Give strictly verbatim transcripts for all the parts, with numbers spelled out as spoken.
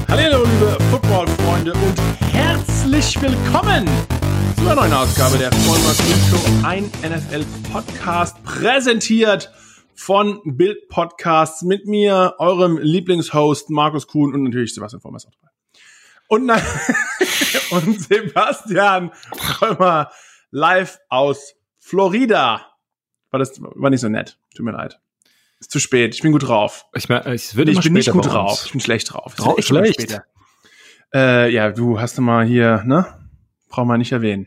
Hallo liebe Football-Freunde und herzlich willkommen zu einer neuen Ausgabe der Vollmer Show, ein N F L-Podcast, präsentiert von Bild Podcasts mit mir, eurem Lieblingshost Markus Kuhn und natürlich Sebastian Vollmer. Und, na- und Sebastian Vollmer live aus Florida. War das war nicht so nett, tut mir leid. Ist zu spät, ich bin gut drauf. Ich, mein, ich, würde ich bin nicht gut drauf, ich bin schlecht drauf. Trau- schlecht? Äh, ja, du hast mal hier, ne? Brauchen wir nicht erwähnen.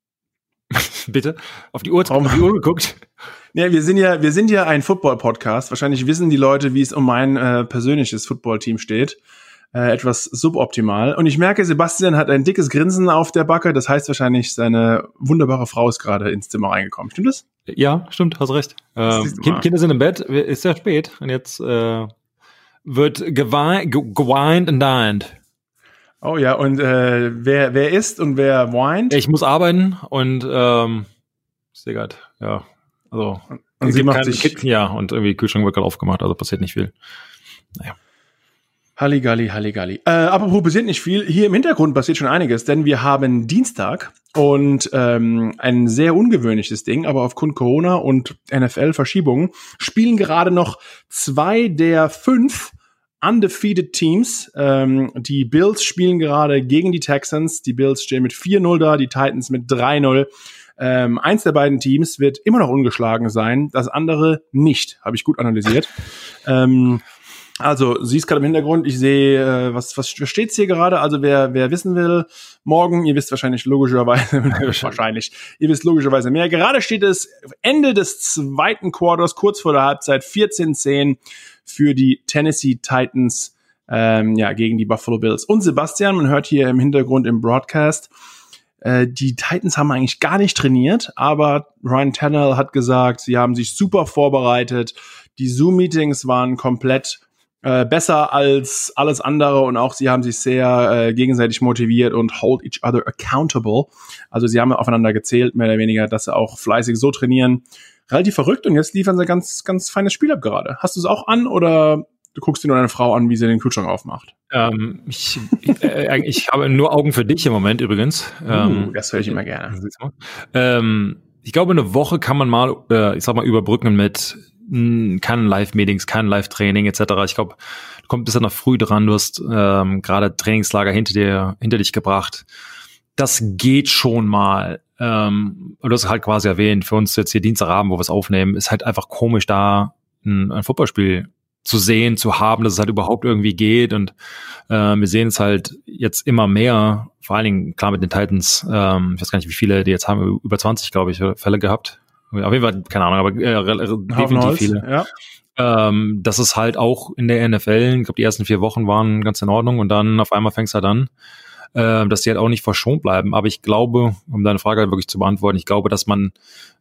Bitte? Auf die Uhr, auf die Uhr geguckt? Ja, wir sind ja, wir sind ja ein Football-Podcast. Wahrscheinlich wissen die Leute, wie es um mein äh, persönliches Football-Team steht. Äh, etwas suboptimal. Und ich merke, Sebastian hat ein dickes Grinsen auf der Backe. Das heißt wahrscheinlich, seine wunderbare Frau ist gerade ins Zimmer reingekommen. Stimmt das? Ja, stimmt, hast recht. Ähm, kind, Kinder sind im Bett, ist ja spät. Und jetzt äh, wird geweint, gewined and dined. Oh ja, und äh, wer wer isst und wer weint? Ich muss arbeiten und ähm, ist egal, ja. Also und, und sie macht sich Kind, ja, und irgendwie Kühlschrank wird gerade aufgemacht, also passiert nicht viel. Naja. Halligalli, Halligalli. Äh, apropos passiert nicht viel. Hier im Hintergrund passiert schon einiges, denn wir haben Dienstag und ähm, ein sehr ungewöhnliches Ding, aber aufgrund Corona und N F L-Verschiebungen spielen gerade noch zwei der fünf undefeated Teams. Ähm, die Bills spielen gerade gegen die Texans. Die Bills stehen mit vier null da, die Titans mit drei null. Ähm, eins der beiden Teams wird immer noch ungeschlagen sein, das andere nicht, habe ich gut analysiert. ähm, Also, sie ist gerade im Hintergrund. Ich sehe, äh, was was steht's hier gerade? Also, wer wer wissen will, morgen, ihr wisst wahrscheinlich logischerweise, wahrscheinlich, ihr wisst logischerweise mehr. Gerade steht es Ende des zweiten Quarters, kurz vor der Halbzeit, vierzehn zehn für die Tennessee Titans, ähm, ja, gegen die Buffalo Bills. Und Sebastian, man hört hier im Hintergrund im Broadcast, äh, die Titans haben eigentlich gar nicht trainiert, aber Ryan Tannehill hat gesagt, sie haben sich super vorbereitet. Die Zoom-Meetings waren komplett Äh, besser als alles andere und auch sie haben sich sehr äh, gegenseitig motiviert und hold each other accountable. Also sie haben aufeinander gezählt, mehr oder weniger, dass sie auch fleißig so trainieren. Relativ verrückt und jetzt liefern sie ganz, ganz feines Spiel ab gerade. Hast du es auch an oder du guckst dir nur deine Frau an, wie sie den Kühlschrank aufmacht? Ähm, ich, äh, ich habe nur Augen für dich im Moment übrigens. Ähm, uh, das höre ich immer gerne. Ähm, ich glaube, eine Woche kann man mal, äh, ich sag mal, überbrücken mit keine Live-Meetings, kein Live-Training et cetera. Ich glaube, du kommst bisher noch früh dran, du hast ähm, gerade Trainingslager hinter dir, hinter dich gebracht. Das geht schon mal. Ähm, und du hast halt quasi erwähnt, für uns jetzt hier Dienstagabend, wo wir es aufnehmen, ist halt einfach komisch, da ein, ein Footballspiel zu sehen, zu haben, dass es halt überhaupt irgendwie geht. Und äh, wir sehen es halt jetzt immer mehr, vor allen Dingen, klar mit den Titans, ähm, ich weiß gar nicht, wie viele die jetzt haben, über zwanzig, glaube ich, Fälle gehabt. Auf jeden Fall, keine Ahnung, aber äh, definitiv viele. Ja. Ähm, das ist halt auch in der N F L, ich glaube, die ersten vier Wochen waren ganz in Ordnung und dann auf einmal fängst du halt an, äh, dass die halt auch nicht verschont bleiben. Aber ich glaube, um deine Frage halt wirklich zu beantworten, ich glaube, dass man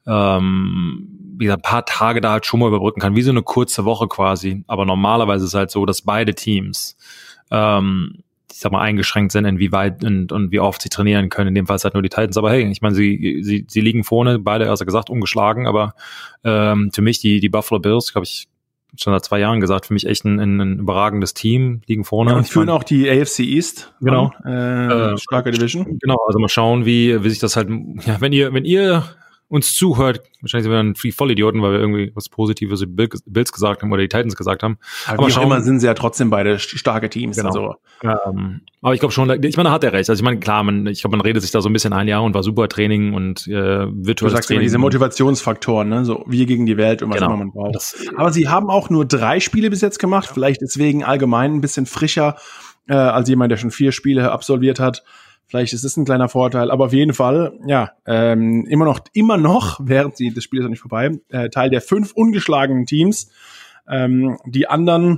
ähm, wie gesagt, ein paar Tage da halt schon mal überbrücken kann, wie so eine kurze Woche quasi. Aber normalerweise ist es halt so, dass beide Teams ähm, ich sag mal, eingeschränkt sind, inwieweit und, und wie oft sie trainieren können. In dem Fall ist halt nur die Titans. Aber hey, ich meine, sie, sie, sie liegen vorne, beide, also gesagt, ungeschlagen. Aber ähm, für mich, die, die Buffalo Bills, glaube ich, schon seit zwei Jahren gesagt, für mich echt ein, ein, ein überragendes Team, liegen vorne. Ja, und führen auch die A F C East. Genau. Äh, starke Division. Genau, also mal schauen, wie, wie sich das halt, ja, wenn ihr, wenn ihr uns zuhört, wahrscheinlich sind wir dann Vollidioten, weil wir irgendwie was Positives über die Bills gesagt haben oder die Titans gesagt haben. Aber, aber wie auch immer sind sie ja trotzdem beide starke Teams. Genau. Also. Ähm, aber ich glaube schon, ich meine, da hat er recht. Also ich meine, klar, man, ich glaube, man redet sich da so ein bisschen ein, ja, und war super Training und äh, virtuelles du sagst Training. Immer diese Motivationsfaktoren, ne, so wir gegen die Welt und was genau. immer man braucht. Das, aber sie haben auch nur drei Spiele bis jetzt gemacht, ja. Vielleicht deswegen allgemein ein bisschen frischer äh, als jemand, der schon vier Spiele absolviert hat. Vielleicht ist es ein kleiner Vorteil, aber auf jeden Fall, ja, ähm, immer noch, immer noch, während sie, das Spiel ist noch nicht vorbei, äh, Teil der fünf ungeschlagenen Teams. Ähm, die anderen,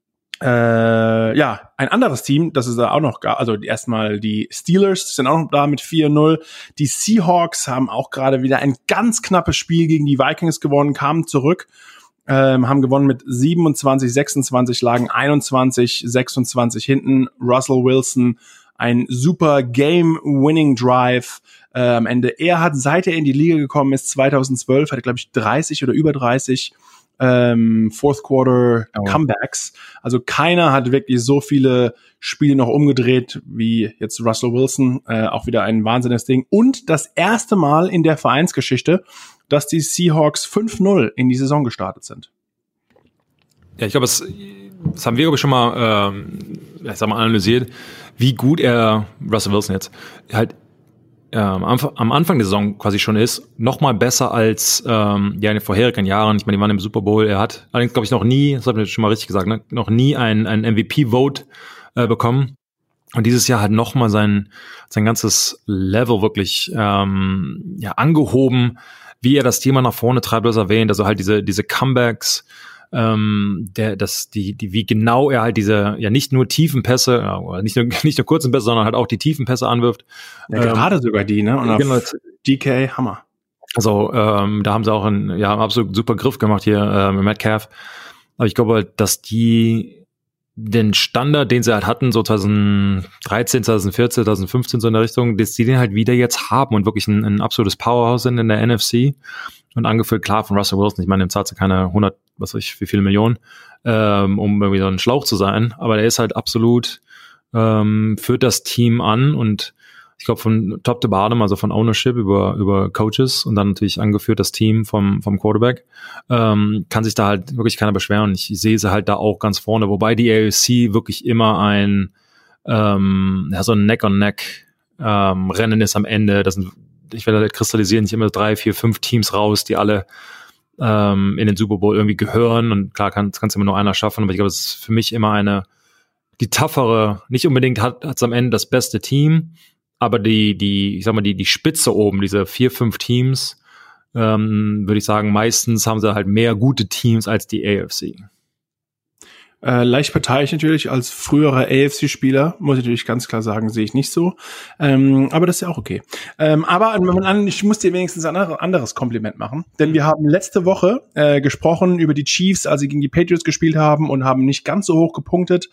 äh, ja, ein anderes Team, das ist da auch noch, also erstmal die Steelers sind auch noch da mit vier null. Die Seahawks haben auch gerade wieder ein ganz knappes Spiel gegen die Vikings gewonnen, kamen zurück, ähm, haben gewonnen mit siebenundzwanzig sechsundzwanzig, lagen einundzwanzig sechsundzwanzig hinten. Russell Wilson, ein super Game-Winning-Drive äh, am Ende. Er hat, seit er in die Liga gekommen ist, zweitausendzwölf, hatte, glaube ich, dreißig oder über dreißig ähm, Fourth Quarter oh. Comebacks. Also keiner hat wirklich so viele Spiele noch umgedreht wie jetzt Russell Wilson. Äh, auch wieder ein wahnsinniges Ding. Und das erste Mal in der Vereinsgeschichte, dass die Seahawks fünf null in die Saison gestartet sind. Ja, ich glaube, das, das haben wir, glaube ich, schon mal, ähm, ich sag mal, analysiert, wie gut er, Russell Wilson jetzt, halt ähm, am Anfang der Saison quasi schon ist, noch mal besser als ähm, ja in den vorherigen Jahren. Ich meine, die waren im Super Bowl. Er hat allerdings, glaube ich, noch nie, das habe ich schon mal richtig gesagt, ne, noch nie ein, ein M V P-Vote äh, bekommen. Und dieses Jahr hat noch mal sein sein ganzes Level wirklich ähm, ja angehoben, wie er das Thema nach vorne treibt, das erwähnt. Also halt diese diese Comebacks, ähm, der das die die wie genau er halt diese ja nicht nur tiefen Pässe, ja, nicht nur nicht nur kurzen Pässe, sondern halt auch die tiefen Pässe anwirft. Ja, gerade ähm, sogar die, ne? Und genau, auf D K, Hammer. Also ähm, da haben sie auch einen ja einen absolut super Griff gemacht hier äh, mit Metcalf. Aber ich glaube halt, dass die den Standard, den sie halt hatten, so zwanzig dreizehn, zwanzig vierzehn, zwanzig fünfzehn so in der Richtung, dass die den halt wieder jetzt haben und wirklich ein, ein absolutes Powerhouse sind in der N F C. Und angeführt, klar, von Russell Wilson. Ich meine, dem zahlt sie keine hundert, was weiß ich, wie viele Millionen, ähm, um irgendwie so ein Schlauch zu sein. Aber der ist halt absolut, ähm, führt das Team an und ich glaube von Top to Bottom, also von Ownership über über Coaches und dann natürlich angeführt das Team vom vom Quarterback, ähm, kann sich da halt wirklich keiner beschweren. Ich sehe sie halt da auch ganz vorne, wobei die A F C wirklich immer ein ähm, ja so ein Neck-on-Neck ähm, Rennen ist am Ende. Das sind, ich werde halt kristallisieren, nicht immer drei, vier, fünf Teams raus, die alle ähm, in den Super Bowl irgendwie gehören und klar kann kannst immer nur einer schaffen, aber ich glaube, es ist für mich immer eine die toughere, nicht unbedingt hat es am Ende das beste Team, aber die, die, ich sag mal, die, die Spitze oben, diese vier, fünf Teams, ähm, würde ich sagen, meistens haben sie halt mehr gute Teams als die A F C. Äh, leicht parteiisch natürlich, als früherer A F C-Spieler, muss ich natürlich ganz klar sagen, sehe ich nicht so. Ähm, aber das ist ja auch okay. Ähm, aber ich muss dir wenigstens ein anderes Kompliment machen, denn wir haben letzte Woche äh, gesprochen über die Chiefs, als sie gegen die Patriots gespielt haben und haben nicht ganz so hoch gepunktet.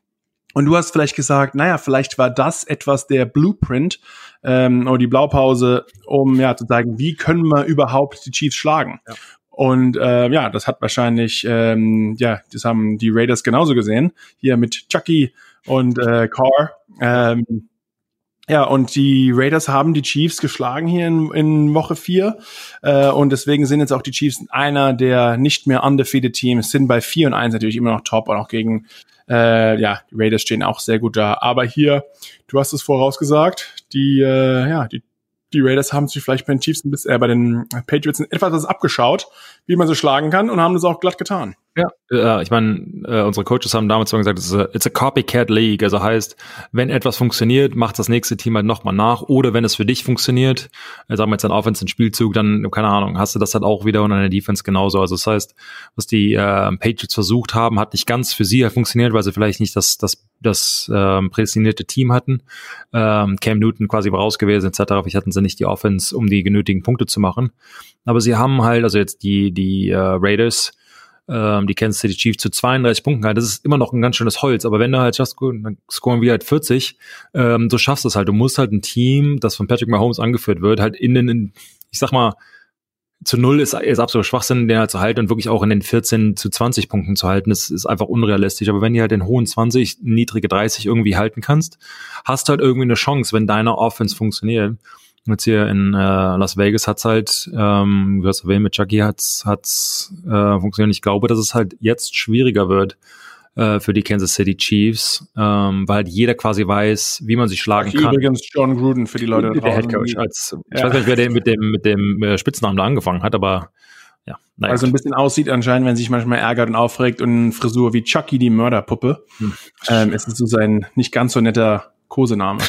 Und du hast vielleicht gesagt, naja, vielleicht war das etwas der Blueprint ähm, oder die Blaupause, um ja zu zeigen, wie können wir überhaupt die Chiefs schlagen. Ja. Und äh, ja, das hat wahrscheinlich, ähm, ja, das haben die Raiders genauso gesehen, hier mit Chucky und äh, Carr. Ähm, ja, und die Raiders haben die Chiefs geschlagen hier in, in Woche vier. Äh, und deswegen sind jetzt auch die Chiefs einer der nicht mehr undefeated Teams, sind bei vier und eins natürlich immer noch top und auch gegen Äh, ja, die Raiders stehen auch sehr gut da. Aber hier, du hast es vorausgesagt, die, äh, ja, die, die Raiders haben sich vielleicht bei den Chiefs ein bisschen, äh, bei den Patriots etwas abgeschaut, wie man sie schlagen kann und haben das auch glatt getan. Ja, äh, ich meine, äh, unsere Coaches haben damals gesagt, it's a, it's a Copycat League. Also heißt, wenn etwas funktioniert, macht das nächste Team halt nochmal nach. Oder wenn es für dich funktioniert, äh, sagen wir jetzt ein Offense, ein Spielzug, dann, keine Ahnung, hast du das halt auch wieder und an der Defense genauso. Also das heißt, was die äh, Patriots versucht haben, hat nicht ganz für sie halt funktioniert, weil sie vielleicht nicht das das das ähm, prädestinierte Team hatten. Ähm, Cam Newton quasi war raus gewesen, et cetera. Vielleicht hatten sie nicht die Offense, um die genötigen Punkte zu machen. Aber sie haben halt, also jetzt die die äh, Raiders, die Kansas City Chiefs zu zweiunddreißig Punkten halt, das ist immer noch ein ganz schönes Holz, aber wenn du halt schaffst, dann scoren wir halt vierzig, ähm, so schaffst du es halt. Du musst halt ein Team, das von Patrick Mahomes angeführt wird, halt in den, in, ich sag mal, zu null ist, ist absolut Schwachsinn, den halt zu halten und wirklich auch in den vierzehn zu zwanzig Punkten zu halten, das ist einfach unrealistisch. Aber wenn du halt den hohen zwanzig, niedrige dreißig irgendwie halten kannst, hast du halt irgendwie eine Chance, wenn deine Offense funktioniert. Und jetzt hier in äh, Las Vegas hat's halt, ähm, wie hast du erwähnt, mit Chucky hat's hat's äh, funktioniert. Ich glaube, dass es halt jetzt schwieriger wird äh, für die Kansas City Chiefs, ähm, weil halt jeder quasi weiß, wie man sich schlagen Ach, kann. Übrigens John Gruden für die Leute der Head Coach. Als, ich ja. weiß nicht, wer der mit dem mit dem äh, Spitznamen da angefangen hat, aber ja. Naja. Also ein bisschen aussieht anscheinend, wenn sich manchmal ärgert und aufregt und Frisur wie Chucky die Mörderpuppe. Hm. Ähm, es ist so sein nicht ganz so netter Kosename.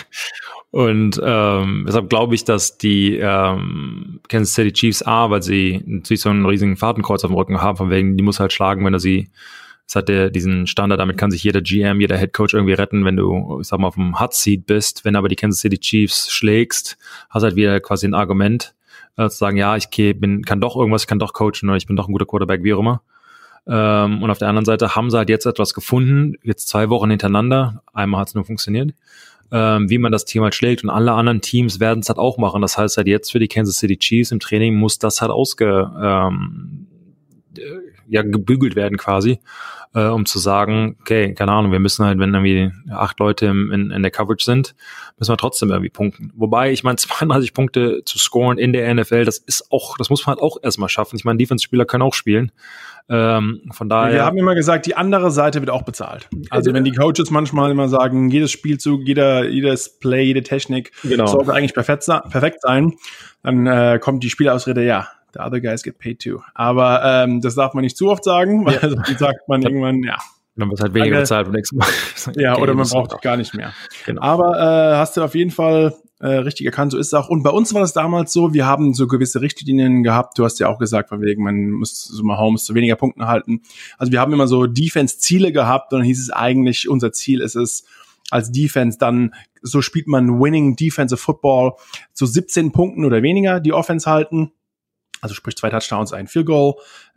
Und ähm, deshalb glaube ich, dass die ähm, Kansas City Chiefs A, weil sie natürlich so einen riesigen Fadenkreuz auf dem Rücken haben, von wegen, die muss halt schlagen, wenn er sie, es hat der diesen Standard, damit kann sich jeder G M, jeder Head Coach irgendwie retten, wenn du, ich sag mal, auf dem Hot Seat bist. Wenn aber die Kansas City Chiefs schlägst, hast halt wieder quasi ein Argument, äh, zu sagen, ja, ich bin, kann doch irgendwas, ich kann doch coachen oder ich bin doch ein guter Quarterback, wie auch immer. Ähm, und auf der anderen Seite haben sie halt jetzt etwas gefunden, jetzt zwei Wochen hintereinander, einmal hat es nur funktioniert, ähm, wie man das Team halt schlägt und alle anderen Teams werden es halt auch machen. Das heißt halt jetzt für die Kansas City Chiefs im Training muss das halt ausge, ähm, ja gebügelt werden quasi, äh, um zu sagen, okay, keine Ahnung, wir müssen halt, wenn irgendwie acht Leute im, in, in der Coverage sind, müssen wir trotzdem irgendwie punkten. Wobei, ich meine, zweiunddreißig Punkte zu scoren in der N F L, das ist auch, das muss man halt auch erstmal schaffen. Ich meine, Defense-Spieler können auch spielen. Ähm, von daher. Wir haben immer gesagt, die andere Seite wird auch bezahlt. Also wenn die Coaches manchmal immer sagen, jedes Spielzug, jeder, jedes Play, jede Technik genau. sollte eigentlich perfekt, perfekt sein, dann äh, kommt die Spielausrede, ja, the other guys get paid too. Aber ähm, das darf man nicht zu oft sagen, weil ja. Dann sagt man irgendwann, ja. Dann wird halt weniger bezahlt beim nächsten Mal. Ja, okay, oder man braucht auch gar nicht mehr. Genau. Aber äh, hast du auf jeden Fall äh, richtig erkannt, so ist es auch. Und bei uns war das damals so, wir haben so gewisse Richtlinien gehabt. Du hast ja auch gesagt, von wegen, man muss so mal Mahomes zu weniger Punkten halten. Also wir haben immer so Defense-Ziele gehabt und dann hieß es eigentlich, unser Ziel ist es, als Defense dann, so spielt man Winning Defensive Football, zu siebzehn Punkten oder weniger die Offense halten. Also sprich zwei Touchdowns, ein Field Goal,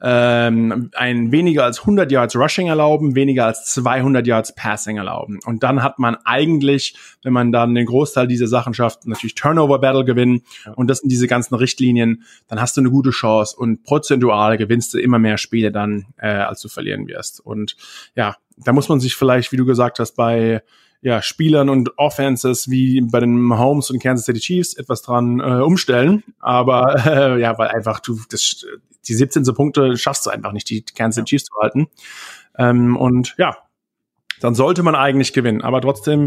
ähm, ein weniger als hundert Yards Rushing erlauben, weniger als zweihundert Yards Passing erlauben. Und dann hat man eigentlich, wenn man dann den Großteil dieser Sachen schafft, natürlich Turnover Battle gewinnen. Ja. Und das sind diese ganzen Richtlinien. Dann hast du eine gute Chance und prozentual gewinnst du immer mehr Spiele dann, äh, als du verlieren wirst. Und ja, da muss man sich vielleicht, wie du gesagt hast, bei ja, Spielern und Offenses wie bei den Mahomes und Kansas City Chiefs etwas dran äh, umstellen. Aber äh, ja, weil einfach du das, die siebzehn Punkte schaffst du einfach nicht, die Kansas City Chiefs zu halten. Ähm, und ja, dann sollte man eigentlich gewinnen. Aber trotzdem,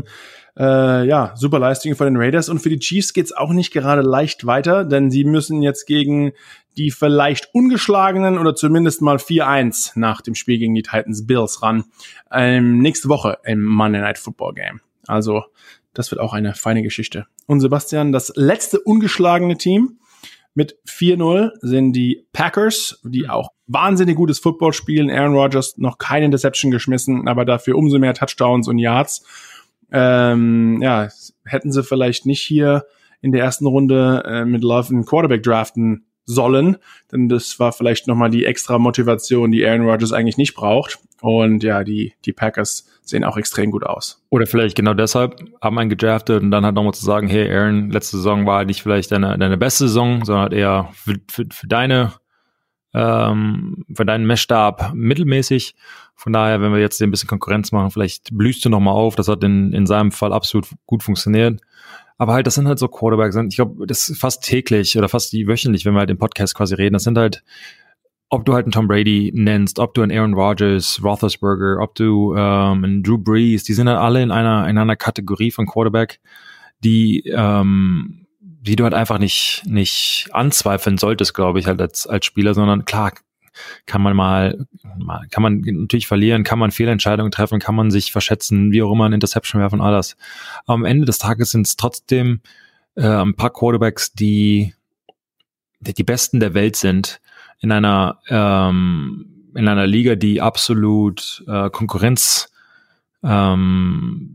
äh, ja, super Leistung von den Raiders. Und für die Chiefs geht's auch nicht gerade leicht weiter, denn sie müssen jetzt gegen die vielleicht ungeschlagenen oder zumindest mal vier eins nach dem Spiel gegen die Titans Bills ran. Ähm, nächste Woche im Monday Night Football Game. Also, das wird auch eine feine Geschichte. Und Sebastian, das letzte ungeschlagene Team mit vier null sind die Packers, die auch wahnsinnig gutes Football spielen. Aaron Rodgers noch keine Interception geschmissen, aber dafür umso mehr Touchdowns und Yards. Ähm, ja, hätten sie vielleicht nicht hier in der ersten Runde äh, mit Love einen Quarterback draften sollen, denn das war vielleicht nochmal die extra Motivation, die Aaron Rodgers eigentlich nicht braucht. Und ja, die die Packers sehen auch extrem gut aus. Oder vielleicht genau deshalb haben einen gedraftet und dann halt nochmal zu sagen, hey Aaron, letzte Saison war nicht vielleicht deine deine beste Saison, sondern halt eher für, für, für deine ähm, für deinen Messstab mittelmäßig. Von daher, wenn wir jetzt ein bisschen Konkurrenz machen, vielleicht blühst du nochmal auf. Das hat in in seinem Fall absolut gut funktioniert. Aber halt, das sind halt so Quarterbacks. Ich glaube, das ist fast täglich oder fast wöchentlich, wenn wir halt im Podcast quasi reden. Das sind halt, ob du halt einen Tom Brady nennst, ob du einen Aaron Rodgers, Roethlisberger, ob du ähm, einen Drew Brees, die sind halt alle in einer in einer Kategorie von Quarterback, die ähm, die du halt einfach nicht nicht anzweifeln solltest, glaube ich, halt als als Spieler, sondern klar kann man mal, mal, kann man natürlich verlieren, kann man Fehlentscheidungen treffen, kann man sich verschätzen, wie auch immer, ein Interception werfen, alles. Aber am Ende des Tages sind es trotzdem äh, ein paar Quarterbacks, die die besten der Welt sind in einer ähm, in einer Liga, die absolut äh, Konkurrenz ähm,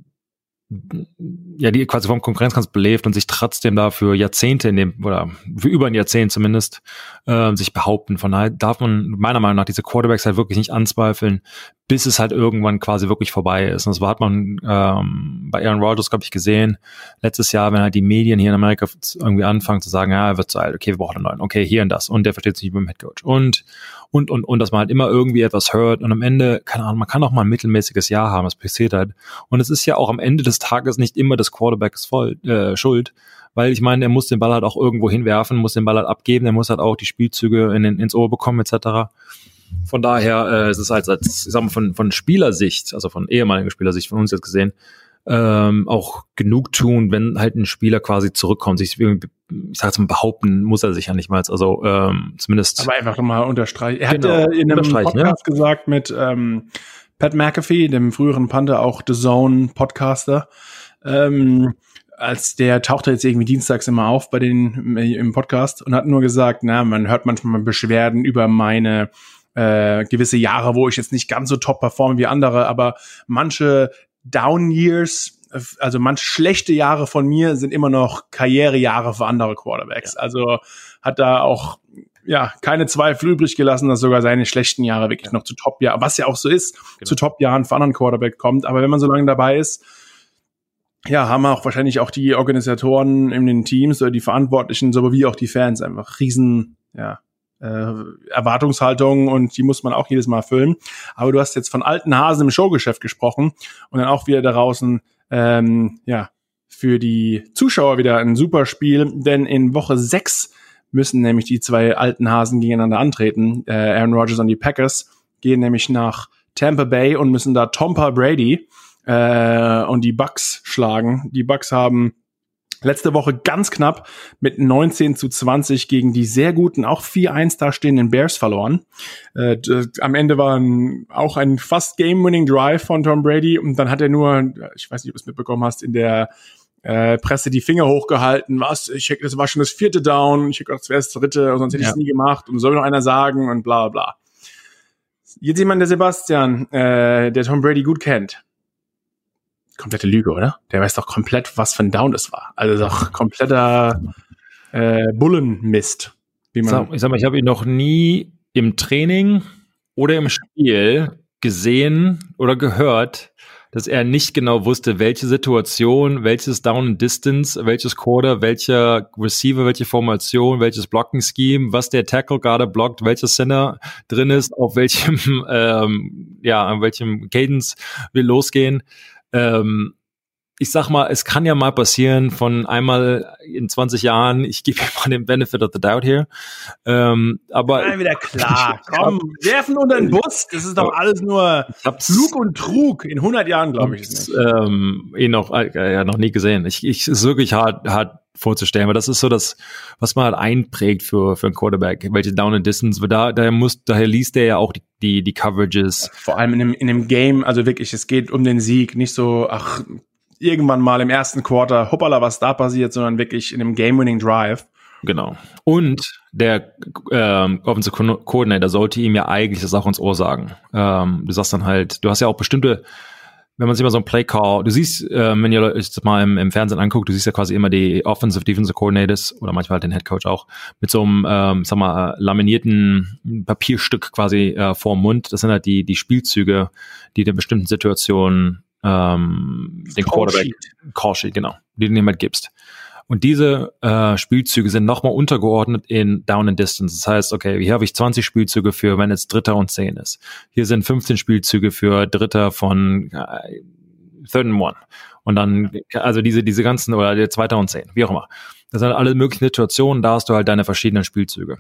ja, die quasi vom Konkurrenzkampf belebt und sich trotzdem dafür Jahrzehnte in dem, oder für über ein Jahrzehnt zumindest, äh, sich behaupten. Von daher darf man meiner Meinung nach diese Quarterbacks halt wirklich nicht anzweifeln, bis es halt irgendwann quasi wirklich vorbei ist. Und das hat man ähm, bei Aaron Rodgers, glaube ich, gesehen. Letztes Jahr, wenn halt die Medien hier in Amerika irgendwie anfangen zu sagen, ja, er wird so alt, okay, wir brauchen einen neuen, okay, hier und das. Und der versteht sich nicht mit dem Headcoach. Und, und, und, und, dass man halt immer irgendwie etwas hört. Und am Ende, keine Ahnung, man kann auch mal ein mittelmäßiges Jahr haben, das passiert halt. Und es ist ja auch am Ende des Tages nicht immer des Quarterbacks voll, äh, schuld. Weil ich meine, er muss den Ball halt auch irgendwo hinwerfen, muss den Ball halt abgeben, er muss halt auch die Spielzüge in, in, ins Ohr bekommen, et cetera. Von daher äh, es ist halt als, ich sag mal, von, von Spielersicht, also von ehemaliger Spielersicht, von uns jetzt gesehen, ähm, auch genug tun, wenn halt ein Spieler quasi zurückkommt, sich irgendwie, ich sag jetzt mal, behaupten muss er sich ja nicht mal, also ähm, zumindest. Aber einfach mal unterstreichen. Er genau, hat äh, in einem Podcast ja. gesagt mit ähm, Pat McAfee, dem früheren Panther, auch The Zone Podcaster, ähm, als der tauchte jetzt irgendwie dienstags immer auf bei den im Podcast und hat nur gesagt, na, man hört manchmal Beschwerden über meine äh, gewisse Jahre, wo ich jetzt nicht ganz so top performe wie andere, aber manche Down Years, also manche schlechte Jahre von mir sind immer noch Karrierejahre für andere Quarterbacks. Ja. Also hat da auch ja keine Zweifel übrig gelassen, dass sogar seine schlechten Jahre wirklich ja. noch zu Top-Jahren, was ja auch so ist, genau. zu Top-Jahren für anderen Quarterback kommt. Aber wenn man so lange dabei ist, ja, haben auch wahrscheinlich auch die Organisatoren in den Teams oder die Verantwortlichen, sowie auch die Fans einfach riesen, ja, äh, Erwartungshaltung und die muss man auch jedes Mal erfüllen. Aber du hast jetzt von alten Hasen im Showgeschäft gesprochen und dann auch wieder da draußen, ähm, ja, für die Zuschauer wieder ein super Spiel, denn in Woche sechs müssen nämlich die zwei alten Hasen gegeneinander antreten. Äh, Aaron Rodgers und die Packers gehen nämlich nach Tampa Bay und müssen da Tompa Brady äh, und die Bucks schlagen. Die Bucks haben letzte Woche ganz knapp mit neunzehn zu zwanzig gegen die sehr guten, auch vier eins dastehenden Bears verloren. Äh, d- am Ende war ein, auch ein fast Game-Winning Drive von Tom Brady und dann hat er nur, ich weiß nicht, ob du es mitbekommen hast, in der äh, Presse die Finger hochgehalten. Was? Ich, das war schon das vierte Down. Ich hätte gedacht, das wäre das dritte, sonst hätte ich es Ja. nie gemacht. Und soll noch einer sagen und bla bla. Jetzt jemand, der Sebastian, äh, der Tom Brady gut kennt. Komplette Lüge, oder? Der weiß doch komplett, was für ein Down das war. Also doch kompletter äh, Bullenmist. Wie man Ich sag mal, ich habe ihn noch nie im Training oder im Spiel gesehen oder gehört, dass er nicht genau wusste, welche Situation, welches Down and Distance, welches Quarter, welcher Receiver, welche Formation, welches Blocking-Scheme, was der Tackle gerade blockt, welcher Center drin ist, auf welchem, ähm, ja, an welchem Cadence wir losgehen. Ähm, ich sag mal, es kann ja mal passieren von einmal in zwanzig Jahren, ich gebe ihm mal den Benefit of the doubt hier. Ähm, aber Nein, wieder klar. Komm, werfen unter den Bus. Das ist doch alles nur Flug und Trug. In hundert Jahren, glaube ich, ist nicht. Ähm, ihn noch, äh, ja, noch nie gesehen. Ich, ich ist wirklich hart, hart vorzustellen, weil das ist so das, was man halt einprägt für, für einen Quarterback. Welche Down and Distance, weil da, daher muss, daher liest der ja auch die, die, die Coverages. Vor allem in dem, in dem Game, also wirklich, es geht um den Sieg, nicht so, ach, irgendwann mal im ersten Quarter, hoppala, was da passiert, sondern wirklich in einem Game-Winning Drive. Genau. Und der ähm, Offensive Coordinator sollte ihm ja eigentlich das auch ins Ohr sagen. Ähm, du sagst dann halt, du hast ja auch bestimmte, wenn man sich mal so ein Play-Call, du siehst, äh, wenn ihr euch das mal im, im Fernsehen anguckt, du siehst ja quasi immer die Offensive Defensive Coordinators oder manchmal halt den Head Coach auch mit so einem, ähm, sag mal, laminierten Papierstück quasi äh, vorm Mund. Das sind halt die, die Spielzüge, die in bestimmten Situationen ähm, den Quarterback, Call Sheet, genau, die du ihm halt gibst. Und diese äh, Spielzüge sind nochmal untergeordnet in Down and Distance. Das heißt, okay, hier habe ich zwanzig Spielzüge für, wenn es Dritter und Zehn ist. Hier sind fünfzehn Spielzüge für Dritter von äh, Third and One. Und dann, also diese diese ganzen, oder der Zweiter und Zehn, wie auch immer. Das sind alle möglichen Situationen, da hast du halt deine verschiedenen Spielzüge.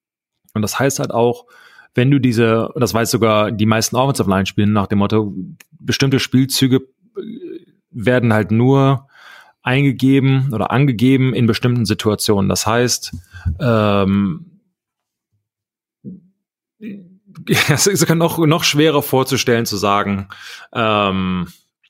Und das heißt halt auch, wenn du diese, das weiß sogar die meisten Offensive Line spielen nach dem Motto, bestimmte Spielzüge werden halt nur eingegeben oder angegeben in bestimmten Situationen. Das heißt, ähm, es ist noch, noch schwerer vorzustellen zu sagen, ähm,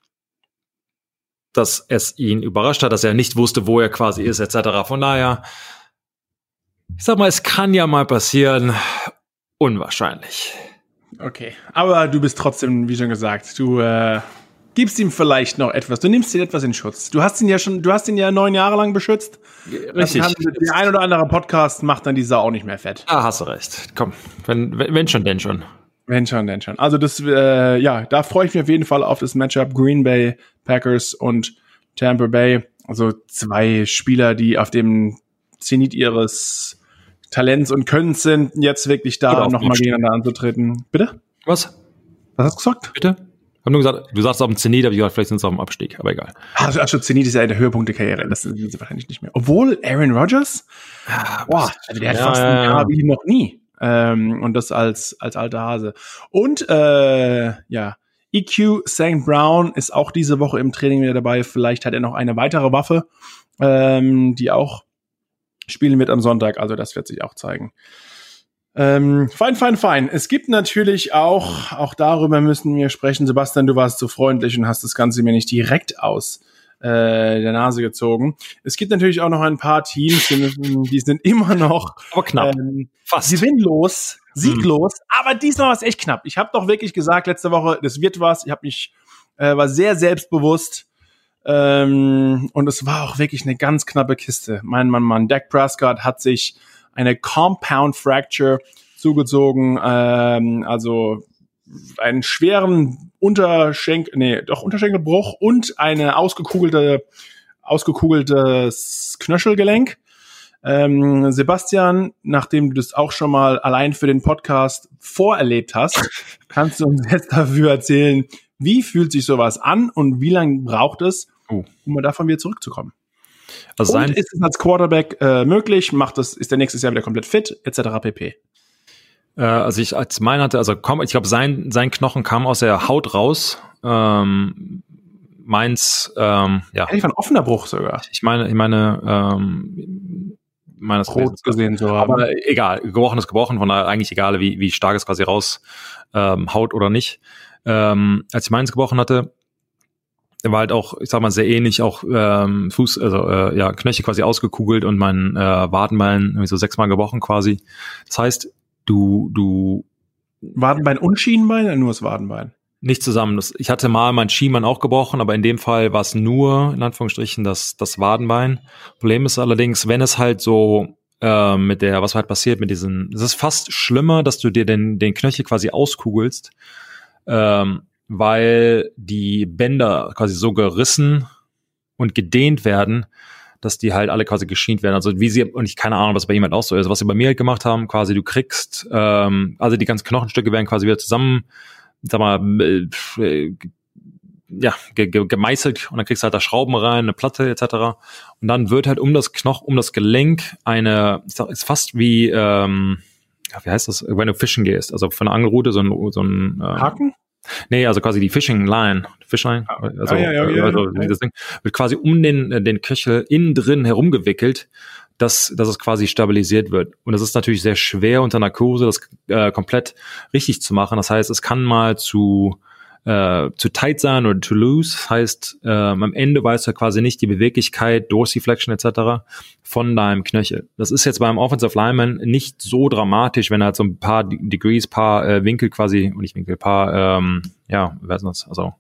dass es ihn überrascht hat, dass er nicht wusste, wo er quasi ist, et cetera. Von daher, ich sag mal, es kann ja mal passieren. Unwahrscheinlich. Okay, aber du bist trotzdem, wie schon gesagt, du äh, gibst ihm vielleicht noch etwas. Du nimmst ihn etwas in Schutz. Du hast ihn ja schon, du hast ihn ja neun Jahre lang beschützt. Richtig. Kann, der ein oder andere Podcast macht dann die Sau auch nicht mehr fett. Ah, hast du recht. Komm, wenn, wenn schon, denn schon. Wenn schon, denn schon. Also das, äh, ja, da freue ich mich auf jeden Fall auf das Matchup Green Bay Packers und Tampa Bay. Also zwei Spieler, die auf dem Zenit ihres Talents und Könnens sind, jetzt wirklich da nochmal gegeneinander anzutreten. Bitte? Was? Was hast du gesagt? Bitte? Ich hab nur gesagt, du sagst auf dem Zenit, aber ich gesagt, vielleicht sind sie auf dem Abstieg, aber egal. Also, also Zenit ist ja der Höhepunkt der Karriere, das sind sie wahrscheinlich nicht mehr. Obwohl Aaron Rodgers, Ah, boah, also der hat ja, fast ja, ein Jahr wie noch nie. Ähm, und das als als alter Hase. Und äh, ja, E Q Saint Brown ist auch diese Woche im Training wieder dabei. Vielleicht hat er noch eine weitere Waffe, ähm, die auch spielen wird am Sonntag. Also das wird sich auch zeigen. Ähm, fein, fein, fein. Es gibt natürlich auch, auch darüber müssen wir sprechen. Sebastian, du warst so freundlich und hast das Ganze mir nicht direkt aus äh, der Nase gezogen. Es gibt natürlich auch noch ein paar Teams, die, müssen, die sind immer noch aber knapp. Ähm, Fast. gewinnlos, sieglos. Hm. Aber diesmal war es echt knapp. Ich habe doch wirklich gesagt letzte Woche, das wird was. Ich habe mich äh, war sehr selbstbewusst. Ähm, und es war auch wirklich eine ganz knappe Kiste. Mein Mann, Mann, Dak Prescott hat sich eine Compound Fracture zugezogen, ähm, also einen schweren Unterschenkel, nee, doch Unterschenkelbruch und eine ausgekugelte, ausgekugeltes Knöchelgelenk. Ähm, Sebastian, nachdem du das auch schon mal allein für den Podcast vorerlebt hast, kannst du uns jetzt dafür erzählen, wie fühlt sich sowas an und wie lange braucht es, um mal davon wieder zurückzukommen? Also und ist es als Quarterback äh, möglich? Macht das, ist der nächstes Jahr wieder komplett fit, et cetera pp.? Äh, also ich als mein hatte, also komm, ich glaube, sein sein Knochen kam aus der Haut raus. Ähm, meins, ähm, ja. Eigentlich war ein offener Bruch sogar. Ich meine, ich meine, ähm, meines Rot gesehen zu haben. Aber egal, gebrochen ist gebrochen, von daher eigentlich egal, wie wie stark es quasi raus ähm, haut oder nicht. Ähm, als ich meins gebrochen hatte, war halt auch, ich sag mal, sehr ähnlich, auch ähm, Fuß, also äh, ja, Knöchel quasi ausgekugelt und mein äh, Wadenbein irgendwie so sechsmal gebrochen quasi. Das heißt, du, du Wadenbein und Schienenbein oder nur das Wadenbein? Nicht zusammen. Das, ich hatte mal mein Schienbein auch gebrochen, aber in dem Fall war es nur, in Anführungsstrichen, das, das Wadenbein. Problem ist allerdings, wenn es halt so äh, mit der, was halt passiert mit diesen, es ist fast schlimmer, dass du dir den, den Knöchel quasi auskugelst, ähm, weil die Bänder quasi so gerissen und gedehnt werden, dass die halt alle quasi geschient werden. Also wie sie, und ich keine Ahnung, was bei jemand auch so ist, was sie bei mir halt gemacht haben, quasi du kriegst, ähm, also die ganzen Knochenstücke werden quasi wieder zusammen, sag mal, äh, ja, ge- ge- gemeißelt und dann kriegst du halt da Schrauben rein, eine Platte et cetera. Und dann wird halt um das Knochen, um das Gelenk eine, ich sag, ist fast wie, ähm, ja, wie heißt das, wenn du fischen gehst, also von einer Angelrute so ein, so ein ähm, Haken? Nee, also quasi die Fishing Line, Fishline, also, ah, ja, ja, ja, also ja. das Ding wird quasi um den den Knöchel innen drin herumgewickelt, dass dass es quasi stabilisiert wird. Und das ist natürlich sehr schwer unter Narkose, das äh, komplett richtig zu machen. Das heißt, es kann mal zu äh, zu tight sein oder to loose. Das heißt, äh, am Ende weißt du quasi nicht die Beweglichkeit, Dorsiflexion et cetera von deinem Knöchel. Das ist jetzt beim Offensive Lineman nicht so dramatisch, wenn er halt so ein paar Degrees, paar äh, Winkel quasi, nicht Winkel, paar, ähm, ja, wie heißt das, also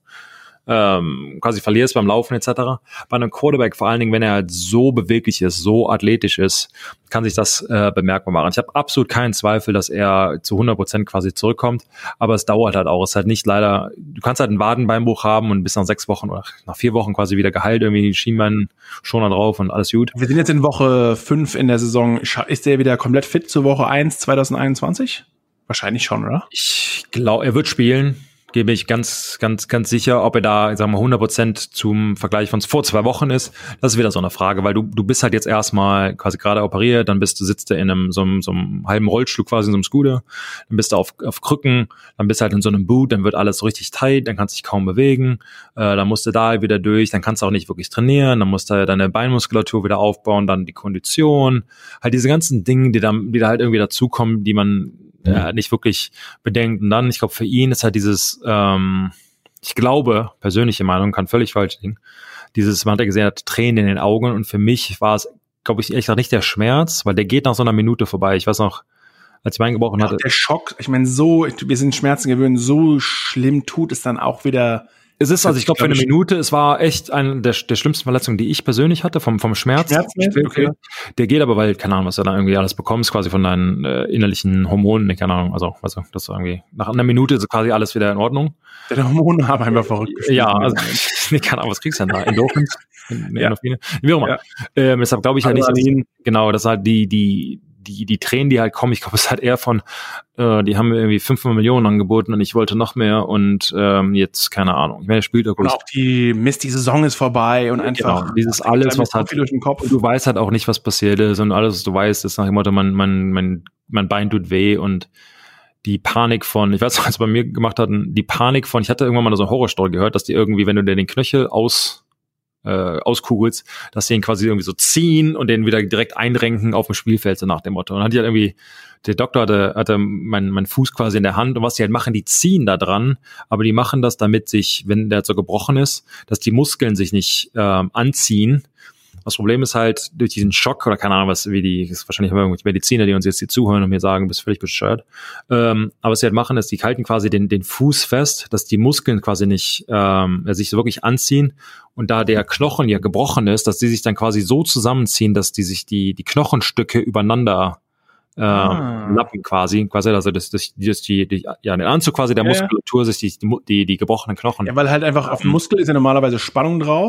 ähm, quasi verlierst beim Laufen et cetera. Bei einem Quarterback, vor allen Dingen, wenn er halt so beweglich ist, so athletisch ist, kann sich das äh, bemerkbar machen. Ich habe absolut keinen Zweifel, dass er zu hundert Prozent quasi zurückkommt, aber es dauert halt auch. Es ist halt nicht leider, du kannst halt einen Wadenbeinbruch haben und bis nach sechs Wochen oder nach vier Wochen quasi wieder geheilt, irgendwie Schienbein schon da drauf und alles gut. Wir sind jetzt in Woche fünf in der Saison. Ist der wieder komplett fit zur Woche eins zwanzig einundzwanzig? Wahrscheinlich schon, oder? Ich glaube, er wird spielen. Gebe ich ganz, ganz, ganz sicher, ob er da, sagen wir mal, hundert Prozent zum Vergleich von vor zwei Wochen ist. Das ist wieder so eine Frage, weil du, du bist halt jetzt erstmal quasi gerade operiert, dann bist du, sitzt du in einem, so einem, so einem halben Rollstuhl quasi in so einem Scooter, dann bist du auf, auf Krücken, dann bist du halt in so einem Boot, dann wird alles so richtig tight, dann kannst du dich kaum bewegen, äh, dann musst du da wieder durch, dann kannst du auch nicht wirklich trainieren, dann musst du deine Beinmuskulatur wieder aufbauen, dann die Kondition, halt diese ganzen Dinge, die da, die da halt irgendwie dazukommen, die man ja, nicht wirklich bedenkt. Und dann, ich glaube, für ihn ist halt dieses, ähm, ich glaube, persönliche Meinung, kann völlig falsch liegen, dieses, man hat ja gesehen, hat Tränen in den Augen und für mich war es, glaube ich, ehrlich gesagt nicht der Schmerz, weil der geht nach so einer Minute vorbei. Ich weiß noch, als ich meinen gebrochen hatte. Der Schock, ich meine, so, wir sind Schmerzen gewöhnt, so schlimm tut es dann auch wieder. Es ist, also ich glaube, für eine Minute, es war echt eine der, der schlimmsten Verletzungen, die ich persönlich hatte, vom, vom Schmerz. Schmerzmäßig, okay. Der geht aber, weil, keine Ahnung, was du dann irgendwie alles bekommst, quasi von deinen äh, innerlichen Hormonen, keine Ahnung, also, also, das ist irgendwie, nach einer Minute ist quasi alles wieder in Ordnung. Deine Hormone haben einfach verrückt gespielt. Ja, also, nee, keine Ahnung, was kriegst du denn da? Endorphins? Nee, ja. Endorphine? Wie auch immer. Ja. Ähm, deshalb glaube ich halt nicht, dass, genau, das halt die, die, die, die Tränen, die halt kommen, ich glaube, es ist halt eher von, äh, die haben mir irgendwie fünfhundert Millionen angeboten und ich wollte noch mehr und ähm, jetzt, keine Ahnung. Ich meine, der spielt auch und auch die, Mist, die Saison ist vorbei und einfach. Genau, dieses alles, was halt, durch den Kopf. Du weißt halt auch nicht, was passiert ist und alles, was du weißt, ist nach dem Motto, mein, mein, mein, mein Bein tut weh und die Panik von, ich weiß noch, was bei mir gemacht hatten, die Panik von, ich hatte irgendwann mal so eine Horrorstory gehört, dass die irgendwie, wenn du dir den Knöchel aus äh, auskugelst, dass die ihn quasi irgendwie so ziehen und den wieder direkt einrenken auf dem Spielfeld, so nach dem Motto. Und dann hat die halt irgendwie, der Doktor hatte, hatte meinen mein Fuß quasi in der Hand und was die halt machen, die ziehen da dran, aber die machen das, damit sich, wenn der so gebrochen ist, dass die Muskeln sich nicht ähm, anziehen. Das Problem ist halt, durch diesen Schock, oder keine Ahnung, was, wie die, das ist wahrscheinlich irgendwelche Mediziner, die uns jetzt hier zuhören und mir sagen, du bist völlig bescheuert. Ähm, aber was sie halt machen, ist, die halten quasi den, den Fuß fest, dass die Muskeln quasi nicht, ähm, sich so wirklich anziehen. Und da der Knochen ja gebrochen ist, dass die sich dann quasi so zusammenziehen, dass die sich die, die Knochenstücke übereinander äh, ah. lappen quasi, quasi, also das, das, das die, die, ja, den Anzug quasi der ja, Muskulatur, sich die, die, die gebrochenen Knochen. Ja, weil halt einfach auf dem Muskel ist ja normalerweise Spannung drauf.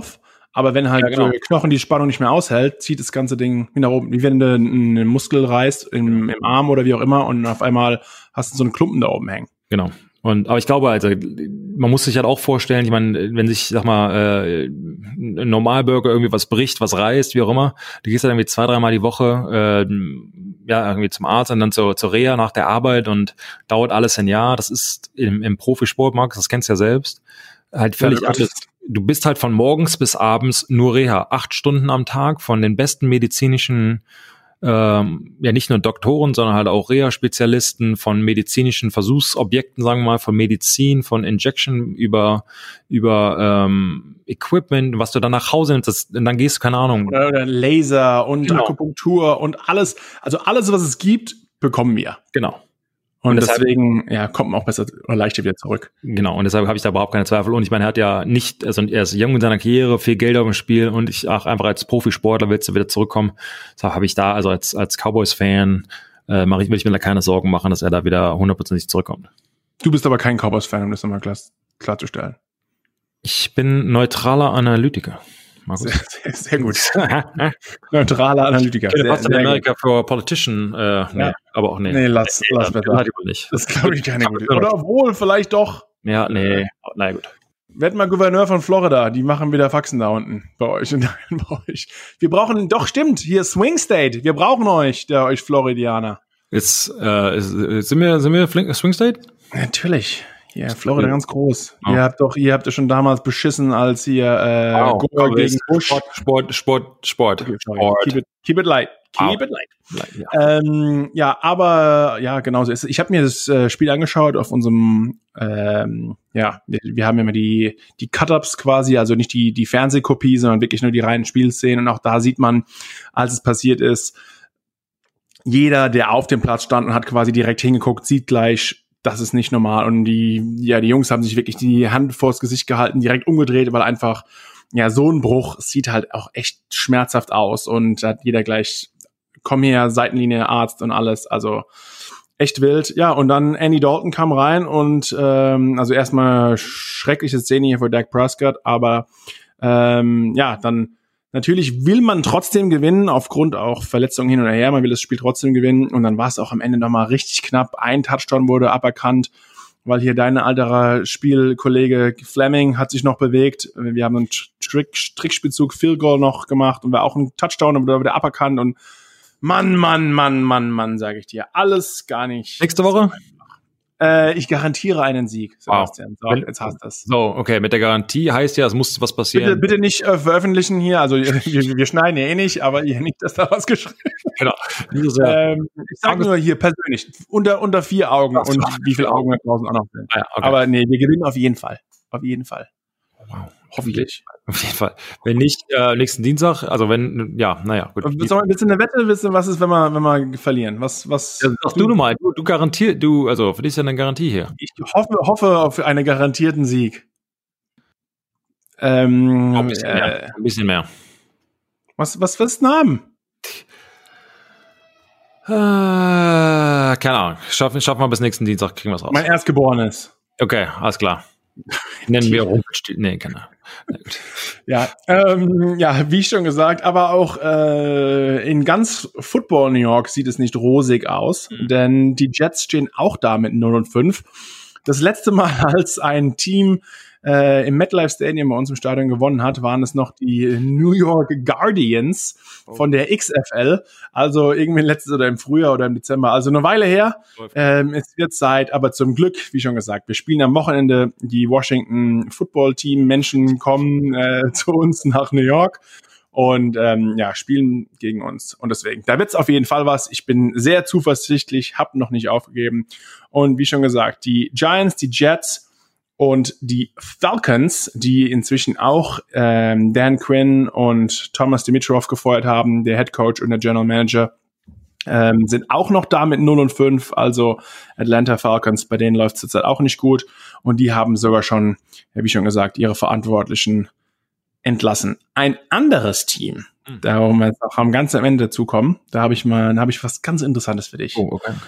Aber wenn halt ja, genau. der Knochen die Spannung nicht mehr aushält, zieht das ganze Ding wieder nach oben. Wie wenn du einen Muskel reißt im, im Arm oder wie auch immer und auf einmal hast du so einen Klumpen da oben hängen. Genau. Und aber ich glaube, also man muss sich halt auch vorstellen, ich meine, wenn sich, sag mal, äh, ein Normalbürger irgendwie was bricht, was reißt, wie auch immer, du gehst halt irgendwie zwei, dreimal die Woche äh, ja irgendwie zum Arzt und dann zur, zur Reha nach der Arbeit und dauert alles ein Jahr. Das ist im, im Profisport, Markus, das kennst du ja selbst, halt völlig Ja, anders. Du bist halt von morgens bis abends nur Reha, acht Stunden am Tag von den besten medizinischen Ähm, ja nicht nur Doktoren, sondern halt auch Reha-Spezialisten von medizinischen Versuchsobjekten, sagen wir mal, von Medizin, von Injection über über ähm, Equipment, was du dann nach Hause nimmst, das, und dann gehst du, keine Ahnung. Oder, oder Laser und Genau. Akupunktur und alles, also alles, was es gibt, bekommen wir. Genau. Und, Und deshalb, deswegen, ja, kommt man auch besser oder leichter wieder zurück. Genau, und deshalb habe ich da überhaupt keine Zweifel. Und ich meine, er hat ja nicht, also er ist jung in seiner Karriere, viel Geld auf dem Spiel und ich auch einfach als Profisportler willst du wieder zurückkommen. Deshalb habe ich da, also als als Cowboys-Fan, äh, mache ich, will ich mir da keine Sorgen machen, dass er da wieder hundertprozentig zurückkommt. Du bist aber kein Cowboys-Fan, um das nochmal klar, klarzustellen. Ich bin neutraler Analytiker. Sehr, sehr, sehr gut. Neutraler Analytiker. Ich Sehr, fast in sehr America for Politician, äh, nee, Ja. aber auch nee. Nee, lass, nee, lass nee, besser. nee, nee, nicht. Das glaube ich keine gute. Oder obwohl, vielleicht doch. Ja, nee, na gut. Werd mal Gouverneur von Florida, die machen wieder Faxen da unten bei euch und bei euch. Wir brauchen, doch stimmt, hier Swing State, wir brauchen euch, der euch Floridianer. Ist, äh, ist, sind wir, sind wir Flink- Swing State? Natürlich. Ja, Florida ganz groß. Oh. Ihr habt doch, ihr habt ja schon damals beschissen, als ihr äh, Wow. Gore gegen Bush. Sport, Sport, Sport, Sport. Okay, sorry. Sport. Keep it, keep it light. Keep Wow. it light. Ja. Ähm, ja, aber ja, genau so ist es. Ich habe mir das äh, Spiel angeschaut auf unserem, ähm, ja, wir, wir haben immer die die Cut-Ups quasi, also nicht die die Fernsehkopie, sondern wirklich nur die reinen Spielszenen. Und auch da sieht man, als es passiert ist, jeder, der auf dem Platz stand und hat quasi direkt hingeguckt, sieht gleich, das ist nicht normal. Und die, ja, die Jungs haben sich wirklich die Hand vors Gesicht gehalten, direkt umgedreht, weil einfach, ja, so ein Bruch sieht halt auch echt schmerzhaft aus. Und da hat jeder gleich, komm her, Seitenlinie, Arzt und alles. Also echt wild. Ja, und dann Andy Dalton kam rein und ähm, also erstmal schreckliche Szene hier für Dak Prescott, aber ähm, ja, dann natürlich will man trotzdem gewinnen, aufgrund auch Verletzungen hin und her. Man will das Spiel trotzdem gewinnen. Und dann war es auch am Ende nochmal richtig knapp. Ein Touchdown wurde aberkannt, weil hier dein alterer Spielkollege Fleming hat sich noch bewegt. Wir haben einen Trick, Trickspielzug, Field Goal noch gemacht und war auch ein Touchdown, und wurde wieder aberkannt. Und Mann, Mann, Mann, Mann, Mann, sage ich dir. Alles gar nicht. Nächste Woche? Äh, ich garantiere einen Sieg, Sebastian. Wow. So, jetzt hast du es. So, okay, mit der Garantie heißt ja, es muss was passieren. Bitte, bitte nicht äh, veröffentlichen hier, also wir, wir schneiden ja eh nicht, aber ihr nicht, dass da was geschrieben Genau. ähm, Ich sage nur hier persönlich, unter unter vier Augen Ach, und wie viele Augen da draußen auch noch sind. Ah, ja, okay. Aber nee, wir gewinnen auf jeden Fall. Auf jeden Fall. Wow. Hoffentlich. Auf jeden Fall. Wenn nicht, äh, nächsten Dienstag, also wenn, ja, naja, gut. Und willst du willst du eine Wette wissen, was ist, wenn wir, wenn wir verlieren? Was, was? Ja, sag du nochmal, du, du garantierst, du, also für dich ist ja eine Garantie hier. Ich hoffe, hoffe auf einen garantierten Sieg. Ähm, Ein bisschen mehr. äh, Ein bisschen mehr. was, was willst du haben? Äh, keine Ahnung. Schaffen, schaffen wir bis nächsten Dienstag, kriegen wir es raus. Mein Erstgeborenes. Okay, alles klar. Nennen wir Rumpelstil. Nee, keine Ahnung. Na gut. Ja, ähm, ja, wie schon gesagt, aber auch äh, in ganz Football New York sieht es nicht rosig aus, Mhm. denn die Jets stehen auch da mit null und fünf. Das letzte Mal, als ein Team äh, im MetLife Stadium bei uns im Stadion gewonnen hat, waren es noch die New York Guardians von der X F L, also irgendwie letztes oder im Frühjahr oder im Dezember, also eine Weile her. Ähm, es wird Zeit, aber zum Glück, wie schon gesagt, wir spielen am Wochenende. Die Washington Football Team Menschen kommen äh, zu uns nach New York und ähm, ja, spielen gegen uns. Und deswegen, da wird's auf jeden Fall was. Ich bin sehr zuversichtlich, habe noch nicht aufgegeben. Und wie schon gesagt, die Giants, die Jets und die Falcons, die inzwischen auch ähm, Dan Quinn und Thomas Dimitroff gefeuert haben, der Head Coach und der General Manager, ähm, sind auch noch da mit null und fünf. Also Atlanta Falcons, bei denen läuft es zurzeit auch nicht gut. Und die haben sogar schon, ja, wie schon gesagt, ihre Verantwortlichen entlassen. Ein anderes Team, Mhm. da wollen wir jetzt auch am ganz am Ende dazu kommen, da habe ich mal, da habe ich was ganz Interessantes für dich. Oh, okay, okay.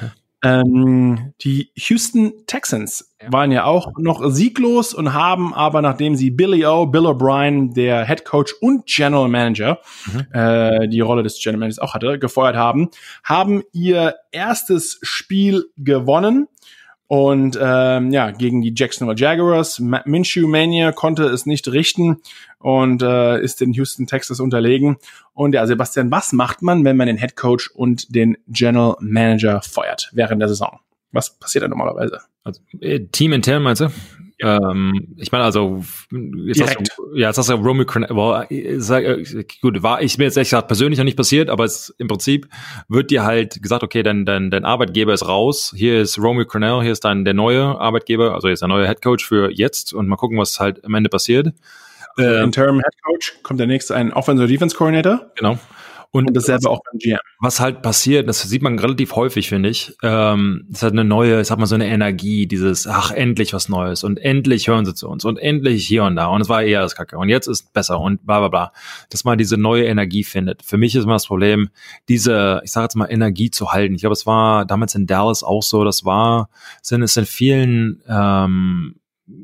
Ähm, die Houston Texans ja. waren ja auch noch sieglos und haben aber, nachdem sie Billy O, Bill O'Brien, der Head Coach und General Manager, mhm. äh, die Rolle des General Managers auch hatte, gefeuert haben, haben ihr erstes Spiel gewonnen. Und ähm, ja, gegen die Jacksonville Jaguars. Minshew Mania konnte es nicht richten und äh, ist den Houston Texans unterlegen. Und ja, Sebastian, was macht man, wenn man den Head Coach und den General Manager feuert während der Saison? Was passiert da normalerweise? Also, äh, Team intern meinst du? Ja. Ähm, ich meine, also jetzt Direkt. hast du, ja, jetzt hast du Romeo Crennel, äh, gut, war ich mir jetzt echt gesagt persönlich noch nicht passiert, aber es im Prinzip wird dir halt gesagt, okay, dein, dein, dein Arbeitgeber ist raus, hier ist Romeo Crennel, hier ist dann der neue Arbeitgeber, also jetzt der neue Head Coach für jetzt und mal gucken, was halt am Ende passiert. Also äh, Interim Head Coach, kommt der nächste ein Offensive Defense Coordinator. Genau. Und, und dasselbe was, auch beim G M. Was halt passiert, das sieht man relativ häufig, finde ich, ähm, ist halt eine neue, ich sag mal so eine Energie, dieses, ach, endlich was Neues und endlich hören sie zu uns und endlich hier und da und es war eher das Kacke und jetzt ist besser und bla bla bla, dass man diese neue Energie findet. Für mich ist immer das Problem, diese, ich sage jetzt mal, Energie zu halten. Ich glaube, es war damals in Dallas auch so, das war, sind es in vielen ähm,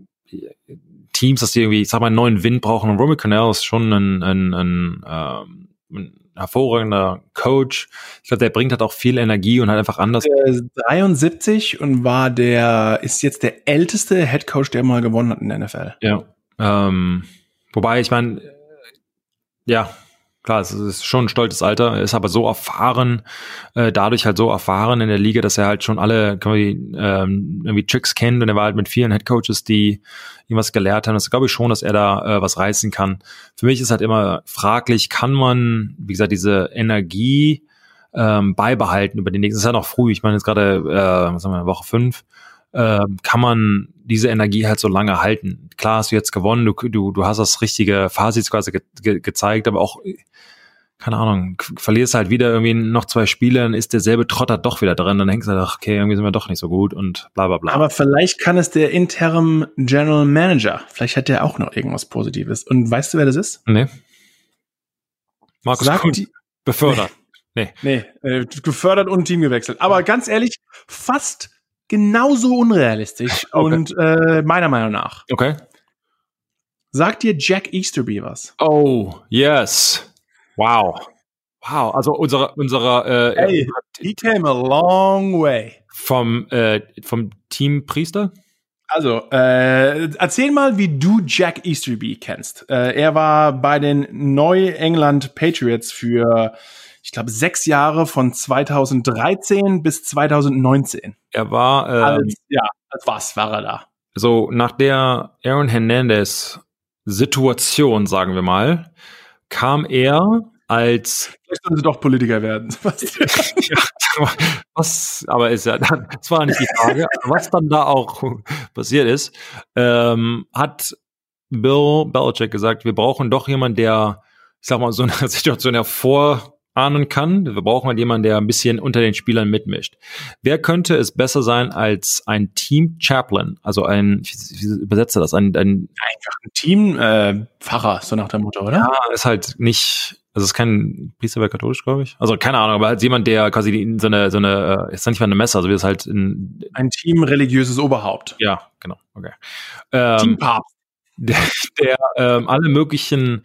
Teams, dass die irgendwie, ich sag mal, einen neuen Wind brauchen und Romeo Crennel ist schon ein, ein, ein, ähm, ein hervorragender Coach. Ich glaube, der bringt halt auch viel Energie und halt einfach anders. dreiundsiebzig und war der, ist jetzt der älteste Head Coach, der mal gewonnen hat in der N F L. Ja. Ähm, wobei, ich meine, ja, klar, es ist schon ein stolzes Alter, er ist aber so erfahren, äh, dadurch halt so erfahren in der Liga, dass er halt schon alle quasi, ähm, irgendwie Tricks kennt und er war halt mit vielen Headcoaches, die ihm was gelehrt haben. Das glaube ich schon, dass er da äh, was reißen kann. Für mich ist halt immer fraglich, kann man, wie gesagt, diese Energie ähm, beibehalten über die nächsten, es ist ja noch früh, ich meine jetzt gerade, äh, was haben wir, Woche fünf, äh, kann man diese Energie halt so lange halten. Klar hast du jetzt gewonnen, du, du, du hast das richtige Fazit quasi ge- ge- gezeigt, aber auch, keine Ahnung, verlierst halt wieder irgendwie noch zwei Spiele, dann ist derselbe Trotter doch wieder drin, dann denkst du, ach, okay, irgendwie sind wir doch nicht so gut und bla bla bla. Aber vielleicht kann es der Interim General Manager, vielleicht hat der auch noch irgendwas Positives. Und weißt du, wer das ist? Nee. Markus Sagt Kuhn, die, befördert. Nee. Nee, äh, gefördert und Team gewechselt. Aber ganz ehrlich, fast genauso unrealistisch Okay. und äh, meiner Meinung nach. Okay. Sagt dir Jack Easterby was? Oh, yes. Wow. Wow, also unsere, unsere äh, Hey, he came a long way. vom, äh, vom Team Priester? Also, äh, erzähl mal, wie du Jack Easterby kennst. Äh, er war bei den Neu-England Patriots für, ich glaube, sechs Jahre von zweitausenddreizehn bis zweitausendneunzehn. Er war, äh, Als, ja, als was war er da? so nach der Aaron Hernandez Situation, sagen wir mal, kam er als Vielleicht sollen sie doch Politiker werden. ja, was, aber ist ja, das war nicht die Frage. Was dann da auch passiert ist, ähm, hat Bill Belichick gesagt, wir brauchen doch jemanden, der, ich sag mal, so eine Situation hervorahnen kann. Wir brauchen halt jemanden, der ein bisschen unter den Spielern mitmischt. Wer könnte es besser sein als ein Team Chaplain? Also ein, wie übersetze das? Ein, ein Einfach ein Team-Pfarrer, äh, so nach der Mutter, oder? Ja, ist halt nicht, also es ist kein Priester bei katholisch, glaube ich. Also keine Ahnung, aber halt jemand, der quasi die, so eine, so eine, ist nicht mal eine Messe, also wie das halt in, ein Team religiöses Oberhaupt. Ja, genau, okay. Ähm, Team Papst. Der, der ähm, alle möglichen,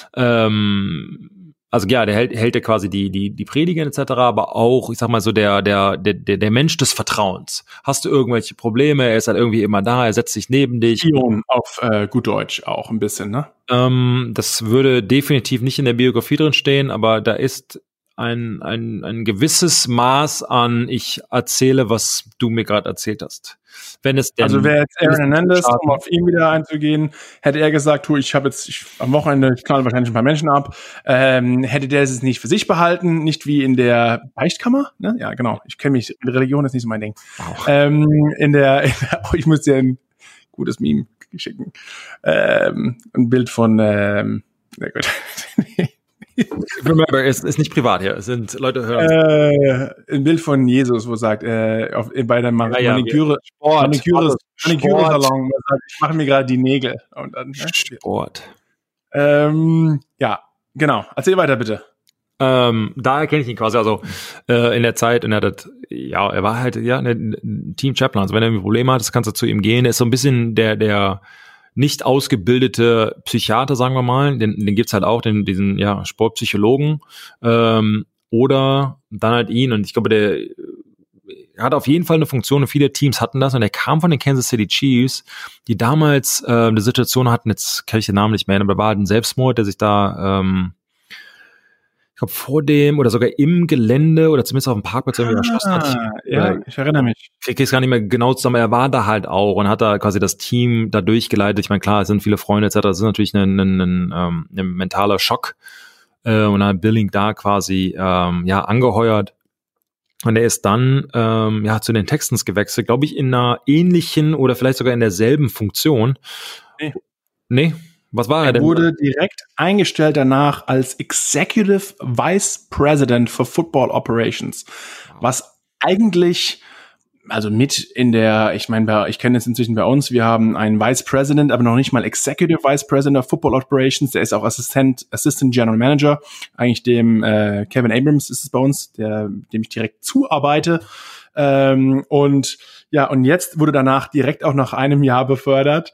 ähm, also ja, der hält, hält ja quasi die, die, die Predigen et cetera, aber auch, ich sag mal so, der, der, der, der Mensch des Vertrauens. Hast du irgendwelche Probleme? Er ist halt irgendwie immer da, er setzt sich neben dich. Spion auf äh, gut Deutsch auch ein bisschen, ne? Ähm, das würde definitiv nicht in der Biografie drin stehen, aber da ist ein, ein, ein gewisses Maß an, ich erzähle, was du mir gerade erzählt hast. Wenn es denn, also wäre jetzt Aaron Hernandez, um auf ihn wieder einzugehen, hätte er gesagt, du, ich habe jetzt ich, am Wochenende, ich knall wahrscheinlich ein paar Menschen ab, ähm, hätte der es nicht für sich behalten, nicht wie in der Beichtkammer, ne? Ja, genau, ich kenne mich, Religion ist nicht so mein Ding. Wow. Ähm, in der, in der oh, ich muss dir ein gutes Meme schicken, ähm, ein Bild von, ähm, na gut, Remember, es ist nicht privat hier. Es sind Leute hören. Äh, ein Bild von Jesus, wo sagt, äh, auf, bei der Man- ja, Maniküre, Sport, Maniküre, Sport. Maniküre-Salon, wo sagt, ich mache mir gerade die Nägel. Und dann, ne? Sport. Ähm, ja, genau. Erzähl weiter, bitte. Ähm, daher kenne ich ihn quasi, also äh, in der Zeit, und er hat, ja, er war halt, ja, ein Team Chaplain. Also wenn er ein Problem hat, das kannst du zu ihm gehen. Er ist so ein bisschen der, der nicht ausgebildete Psychiater, sagen wir mal. Den, den gibt's halt auch, den, diesen, ja, Sportpsychologen. Ähm, oder dann halt ihn. Und ich glaube, der hat auf jeden Fall eine Funktion, und viele Teams hatten das, und er kam von den Kansas City Chiefs, die damals äh, eine Situation hatten, jetzt kenne ich den Namen nicht mehr, aber da war halt ein Selbstmord, der sich da, ähm, ich glaube, vor dem oder sogar im Gelände oder zumindest auf dem Parkplatz irgendwie erschossen hat. Ich, ja, äh, ich erinnere mich. Ich kriege es gar nicht mehr genau zusammen, er war da halt auch und hat da quasi das Team da durchgeleitet. Ich meine, klar, es sind viele Freunde et cetera. Das ist natürlich ein, ein, ein, ein, ein mentaler Schock. Äh, und dann hat Billing da quasi ähm, ja angeheuert. Und er ist dann ähm, ja zu den Texans gewechselt, glaube ich, in einer ähnlichen oder vielleicht sogar in derselben Funktion. Nee. Nee? Was war er, er denn? Er wurde direkt eingestellt danach als Executive Vice President for Football Operations, was eigentlich, also mit in der, ich meine, ich kenne es inzwischen bei uns, wir haben einen Vice President, aber noch nicht mal Executive Vice President of Football Operations, der ist auch Assistant, Assistant General Manager, eigentlich dem äh, Kevin Abrams ist es bei uns, der, dem ich direkt zuarbeite. Ähm, und ja, und jetzt wurde danach direkt auch nach einem Jahr befördert.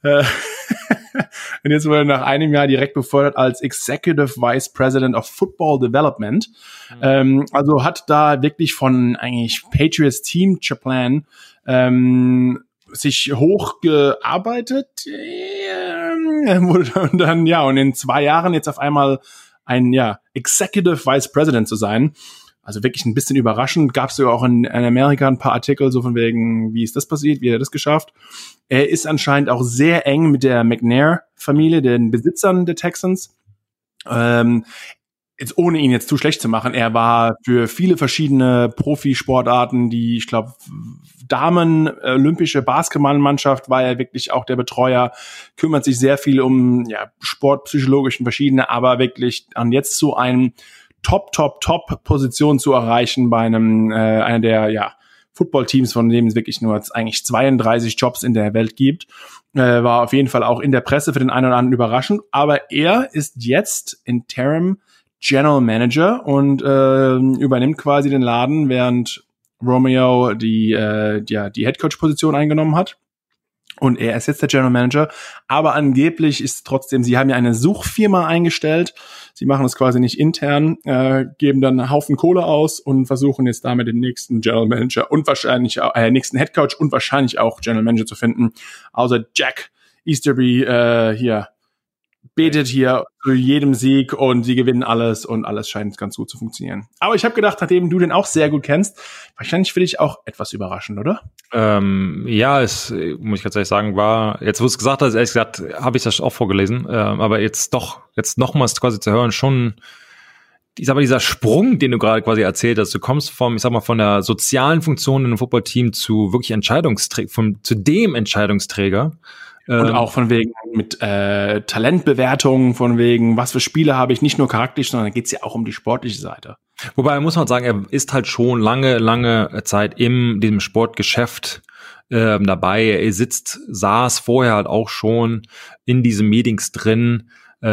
Und jetzt wurde er nach einem Jahr direkt befördert als Executive Vice President of Football Development. Mhm. Ähm, also hat da wirklich von eigentlich Patriots Team Chaplain ähm, sich hochgearbeitet. Ähm, wurde dann, ja, und in zwei Jahren jetzt auf einmal ein, ja, Executive Vice President zu sein. Also wirklich ein bisschen überraschend. Gab es sogar auch in, in Amerika ein paar Artikel, so von wegen, wie ist das passiert, wie hat er das geschafft. Er ist anscheinend auch sehr eng mit der McNair-Familie, den Besitzern der Texans. Ähm, jetzt ohne ihn jetzt zu schlecht zu machen, er war für viele verschiedene Profisportarten, die, ich glaube, Damen-olympische Basketballmannschaft war er wirklich auch der Betreuer, kümmert sich sehr viel um ja, sportpsychologischen verschiedene, aber wirklich an jetzt zu einem Top, Top, Top-Position zu erreichen bei einem äh, einer der ja Football-Teams, von dem es wirklich nur eigentlich zweiunddreißig Jobs in der Welt gibt, äh, war auf jeden Fall auch in der Presse für den einen oder anderen überraschend. Aber er ist jetzt Interim General Manager und äh, übernimmt quasi den Laden, während Romeo die äh, ja die Headcoach-Position eingenommen hat. Und er ist jetzt der General Manager, aber angeblich ist trotzdem, sie haben ja eine Suchfirma eingestellt, sie machen das quasi nicht intern, äh, geben dann einen Haufen Kohle aus und versuchen jetzt damit den nächsten General Manager und wahrscheinlich auch, äh, nächsten Head Coach und wahrscheinlich auch General Manager zu finden, außer Jack Easterby äh, hier betet hier zu jedem Sieg und sie gewinnen alles und alles scheint ganz gut zu funktionieren. Aber ich habe gedacht, nachdem du den auch sehr gut kennst, wahrscheinlich für dich auch etwas überraschend, oder? Ähm, ja, es, muss ich ganz ehrlich sagen, war, jetzt wo du es gesagt hast, ehrlich gesagt, habe ich das auch vorgelesen, ähm, aber jetzt doch, jetzt nochmals quasi zu hören, schon, ich sag mal, dieser Sprung, den du gerade quasi erzählt hast, du kommst vom, ich sag mal, von der sozialen Funktion in einem Footballteam zu wirklich Entscheidungsträger, vom, zu dem Entscheidungsträger. Und auch von wegen mit äh, Talentbewertungen, von wegen, was für Spiele habe ich, nicht nur charakterlich, sondern da geht's ja auch um die sportliche Seite. Wobei, muss man sagen, er ist halt schon lange, lange Zeit in diesem Sportgeschäft ähm, dabei. Er sitzt, saß vorher halt auch schon in diesen Meetings drin.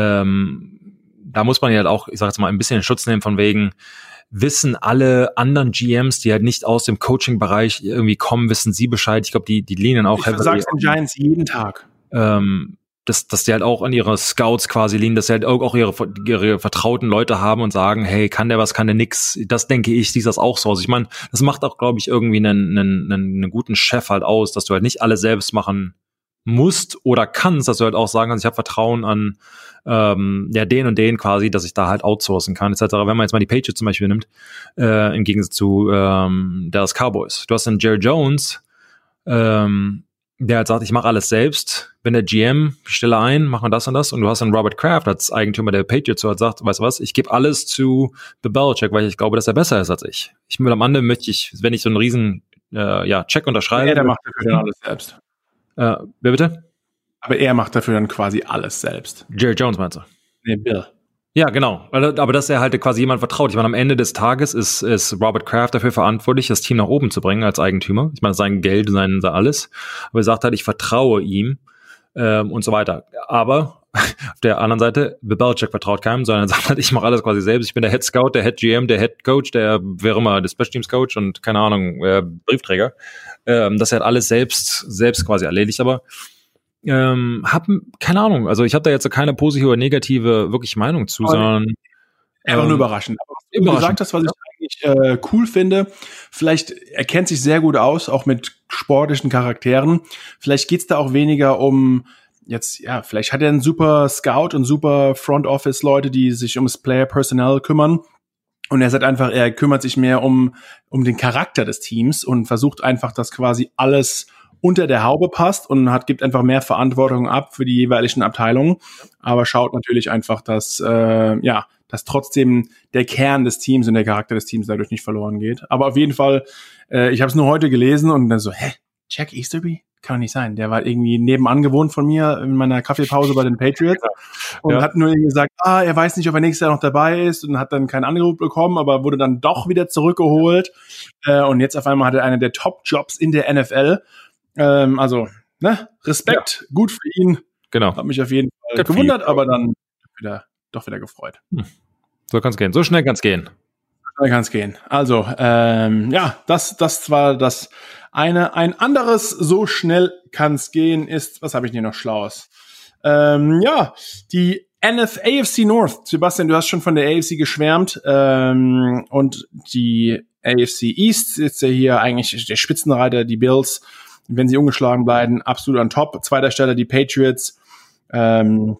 Ähm, da muss man ja halt auch, ich sag jetzt mal, ein bisschen in Schutz nehmen von wegen, wissen alle anderen G Ms, die halt nicht aus dem Coaching-Bereich irgendwie kommen, wissen sie Bescheid. Ich glaube, die die lehnen auch. Ich sag's den Giants jeden Tag. Ähm, dass, dass die halt auch an ihre Scouts quasi liegen, dass sie halt auch ihre, ihre vertrauten Leute haben und sagen, hey, kann der was, kann der nix. Das denke ich, sieht das auch so aus. Ich meine, das macht auch, glaube ich, irgendwie einen, einen, einen guten Chef halt aus, dass du halt nicht alles selbst machen musst oder kannst, dass du halt auch sagen kannst, ich habe Vertrauen an ähm, ja den und den quasi, dass ich da halt outsourcen kann, et cetera. Wenn man jetzt mal die Patriots zum Beispiel nimmt, äh, im Gegensatz zu ähm, Dallas Cowboys. Du hast dann Jerry Jones, ähm, der halt sagt, ich mache alles selbst. Wenn der G M, ich stelle ein, machen wir das und das. Und du hast dann Robert Kraft als Eigentümer der Patriots, der halt sagt, weißt du was, ich gebe alles zu Bill Belichick, weil ich glaube, dass er besser ist als ich. Ich will am Ende möchte ich, wenn ich so einen riesen äh, ja, Check unterschreibe. Ja, der macht dafür dann alles selbst. Äh, wer bitte? Aber er macht dafür dann quasi alles selbst. Jerry Jones meinst du? Nee, Bill. Ja, genau. Aber dass er halt quasi jemand vertraut. Ich meine, am Ende des Tages ist, ist Robert Kraft dafür verantwortlich, das Team nach oben zu bringen als Eigentümer. Ich meine, sein Geld, sein, sein alles. Aber er sagt halt, ich vertraue ihm ähm, und so weiter. Aber auf der anderen Seite, Bill Belichick vertraut keinem, sondern sagt halt, ich mache alles quasi selbst. Ich bin der Head Scout, der Head G M, der Head Coach, der wäre immer der Special Teams Coach und keine Ahnung, äh, Briefträger. Ähm, das er hat alles selbst, selbst quasi erledigt, aber ähm, hab, keine Ahnung, also ich habe da jetzt keine positive oder negative wirklich Meinung zu, aber sondern einfach nur überraschend. Aber was du gesagt hast, was ich eigentlich äh, cool finde, vielleicht er kennt sich sehr gut aus, auch mit sportlichen Charakteren. Vielleicht geht's da auch weniger um jetzt, ja, vielleicht hat er einen super Scout und super Front Office Leute, die sich ums Player Personnel kümmern. Und er sagt einfach, er kümmert sich mehr um um den Charakter des Teams und versucht einfach, dass quasi alles unter der Haube passt und hat gibt einfach mehr Verantwortung ab für die jeweiligen Abteilungen. Aber schaut natürlich einfach, dass äh, ja dass trotzdem der Kern des Teams und der Charakter des Teams dadurch nicht verloren geht. Aber auf jeden Fall, äh, ich habe es nur heute gelesen und dann so, hä, Jack Easterby? Kann doch nicht sein. Der war irgendwie nebenan gewohnt von mir in meiner Kaffeepause bei den Patriots und ja. hat nur irgendwie gesagt, ah, er weiß nicht, ob er nächstes Jahr noch dabei ist und hat dann kein Angebot bekommen, aber wurde dann doch wieder zurückgeholt. Äh, und jetzt auf einmal hat er einen der Top-Jobs in der N F L. Ähm, also, ne, Respekt, ja. gut für ihn. Genau. Hat mich auf jeden Fall Good gewundert, aber dann wieder doch wieder gefreut. Hm. So kann's gehen. So schnell kann's gehen. So schnell kann's gehen. Also, ähm, ja, das, das war das eine. Ein anderes, so schnell kann's gehen, ist, was habe ich hier noch Schlaues? Ähm, ja, die N F A F C North. Sebastian, du hast schon von der A F C geschwärmt. Ähm, und die A F C East ist ja hier eigentlich der Spitzenreiter, die Bills. Wenn sie ungeschlagen bleiben, absolut an Top. Zweiter Stelle die Patriots. Ähm,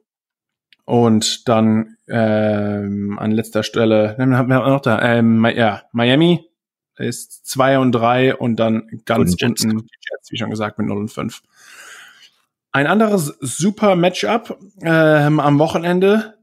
Und dann ähm, an letzter Stelle, dann haben wir noch da, ähm, ja, Miami ist zwei und drei und dann ganz und unten die Jets, wie schon gesagt, mit null und fünf. Ein anderes super Matchup ähm, am Wochenende,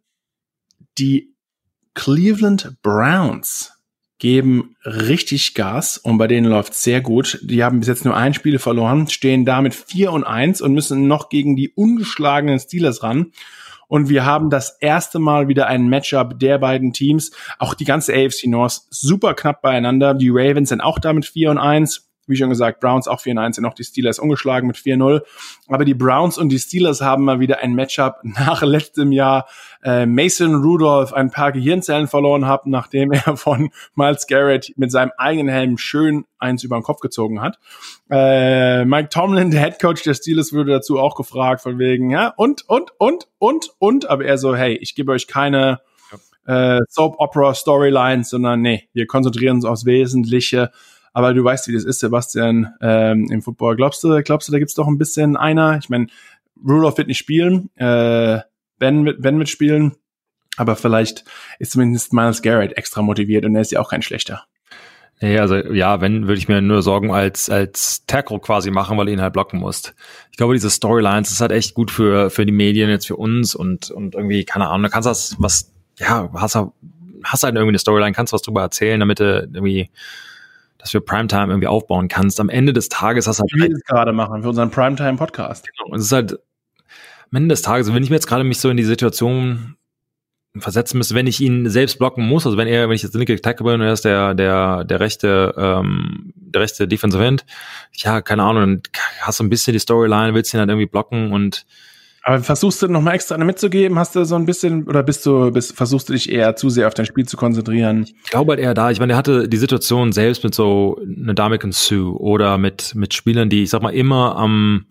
die Cleveland Browns geben richtig Gas und bei denen läuft sehr gut. Die haben bis jetzt nur ein Spiel verloren, stehen damit vier und eins und müssen noch gegen die ungeschlagenen Steelers ran. Und wir haben das erste Mal wieder ein Matchup der beiden Teams. Auch die ganze A F C North super knapp beieinander. Die Ravens sind auch damit vier und eins. Wie schon gesagt, Browns auch vier und eins, sind auch die Steelers ungeschlagen mit vier null. Aber die Browns und die Steelers haben mal wieder ein Matchup nach letztem Jahr. Äh, Mason Rudolph ein paar Gehirnzellen verloren hat, nachdem er von Myles Garrett mit seinem eigenen Helm schön eins über den Kopf gezogen hat. Äh, Mike Tomlin, der Headcoach der Steelers, wurde dazu auch gefragt von wegen, ja, und, und, und, und, und. Aber er so, hey, ich gebe euch keine äh, Soap-Opera-Storylines, sondern nee, wir konzentrieren uns aufs Wesentliche. Aber du weißt, wie das ist, Sebastian, ähm, im Football. Glaubst du, glaubst du, da gibt's doch ein bisschen einer? Ich meine, Rudolph wird nicht spielen, äh, Ben wird, Ben wird spielen, aber vielleicht ist zumindest Myles Garrett extra motiviert und er ist ja auch kein schlechter. Nee, also ja, wenn, würde ich mir nur Sorgen als als Tackle quasi machen, weil du ihn halt blocken musst. Ich glaube, diese Storylines ist halt echt gut für für die Medien, jetzt für uns und und irgendwie, keine Ahnung, da kannst du das, was, ja, hast du hast halt irgendwie eine Storyline, kannst was drüber erzählen, damit du irgendwie dass wir Primetime irgendwie aufbauen kannst. Am Ende des Tages hast du halt... Wie wir es gerade machen für unseren Primetime-Podcast. Genau, und es ist halt am Ende des Tages, wenn ich mir jetzt gerade mich so in die Situation versetzen müsste, wenn ich ihn selbst blocken muss, also wenn er, wenn ich jetzt der linke Tackle bin und er ist der, der, der rechte, ähm, der rechte Defensive End, ja, keine Ahnung, dann hast du ein bisschen die Storyline, willst ihn halt irgendwie blocken und aber versuchst du noch mal extra eine mitzugeben? Hast du so ein bisschen, oder bist du, bist, versuchst du dich eher zu sehr auf dein Spiel zu konzentrieren? Ich glaube halt eher da. Ich meine, er hatte die Situation selbst mit so einer Ndamukong Suh oder mit, mit Spielern, die, ich sag mal, immer am,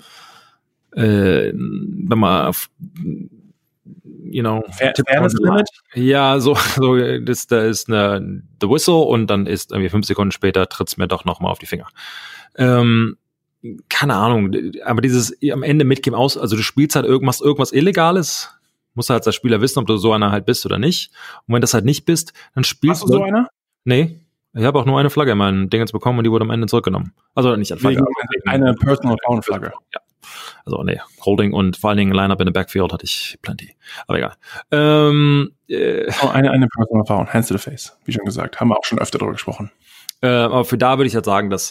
äh, wenn man auf, you know, Fairness Limit? Ja, so, so, das, da ist eine, the whistle und dann ist irgendwie fünf Sekunden später tritt's mir doch noch mal auf die Finger. Ähm, keine Ahnung, aber dieses am Ende mitgeben aus, also du spielst halt irgendwas, irgendwas Illegales, musst halt als Spieler wissen, ob du so einer halt bist oder nicht. Und wenn das halt nicht bist, dann spielst Hast du so einer? Nee, ich habe auch nur eine Flagge in meinen Dingens bekommen und die wurde am Ende zurückgenommen. Also nicht als Flagge. Wegen eine Personal Foul Flagge. Ja. Also nee, Holding und vor allen Dingen Line-Up in the Backfield hatte ich plenty. Aber egal. Ähm, äh, oh, eine, eine Personal Foul, Hands to the Face, wie schon gesagt. Haben wir auch schon öfter darüber gesprochen. Äh, aber für da würde ich halt sagen, dass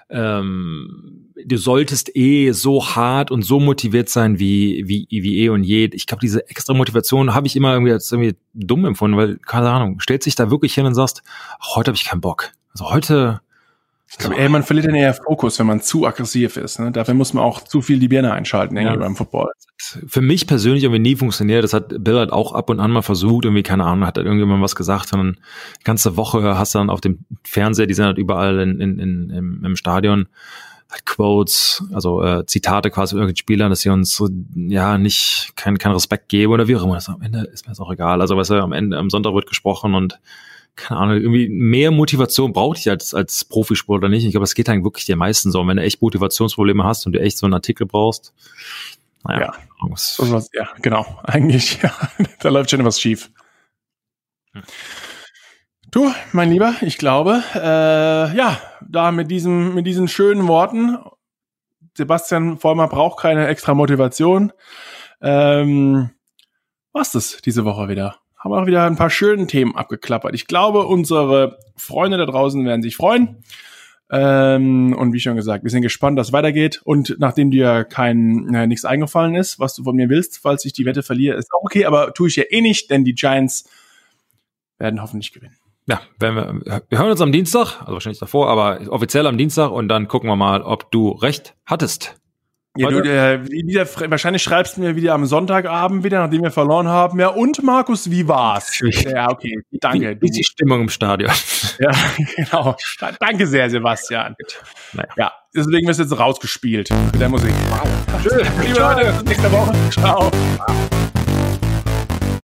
ähm, du solltest eh so hart und so motiviert sein wie wie wie eh und je. Ich glaube, diese extra Motivation habe ich immer irgendwie als irgendwie dumm empfunden, weil, keine Ahnung, stellst dich da wirklich hin und sagst, ach, heute habe ich keinen Bock. Also heute Ich glaub, ey, man verliert dann eher Fokus, wenn man zu aggressiv ist. Ne? Dafür muss man auch zu viel die Birne einschalten irgendwie ja. beim Football. Für mich persönlich irgendwie nie funktioniert. Das hat Bill halt auch ab und an mal versucht. Irgendwie, keine Ahnung, hat halt irgendjemand was gesagt. Und dann ganze Woche hast du dann auf dem Fernseher, die sind halt überall in, in, in, im, im Stadion, halt Quotes, also äh, Zitate quasi von irgendwelchen Spielern, dass sie uns ja nicht keinen kein Respekt geben oder wie auch immer. Das am Ende ist mir das auch egal. Also weißt du, am Ende, am Sonntag wird gesprochen und keine Ahnung, irgendwie mehr Motivation braucht ich als, als Profisportler nicht. Ich glaube, es geht dann wirklich dir meisten so. Und wenn du echt Motivationsprobleme hast und du echt so einen Artikel brauchst, naja. Ja, so was, ja genau. Eigentlich, ja, da läuft schon was schief. Hm. Du, mein Lieber, ich glaube, äh, ja, da mit diesem, mit diesen schönen Worten, Sebastian Vollmer braucht keine extra Motivation, ähm, war's das diese Woche wieder. Haben wir auch wieder ein paar schöne Themen abgeklappert. Ich glaube, unsere Freunde da draußen werden sich freuen. Ähm, und wie schon gesagt, wir sind gespannt, dass es weitergeht. Und nachdem dir kein äh, nichts eingefallen ist, was du von mir willst, falls ich die Wette verliere, ist auch okay, aber tue ich ja eh nicht, denn die Giants werden hoffentlich gewinnen. Ja, wenn wir, wir hören uns am Dienstag, also wahrscheinlich davor, aber offiziell am Dienstag und dann gucken wir mal, ob du recht hattest. Ja, du, äh, wieder, wahrscheinlich schreibst du mir wieder am Sonntagabend wieder, nachdem wir verloren haben. Ja, und Markus, wie war's? Ja, okay, danke. Wie ist die Stimmung im Stadion? Ja, genau. Danke sehr, Sebastian. Naja. Ja, deswegen wirst du jetzt rausgespielt mit der Musik. Wow. Schön. Liebe Leute, bis nächste Woche. Ciao.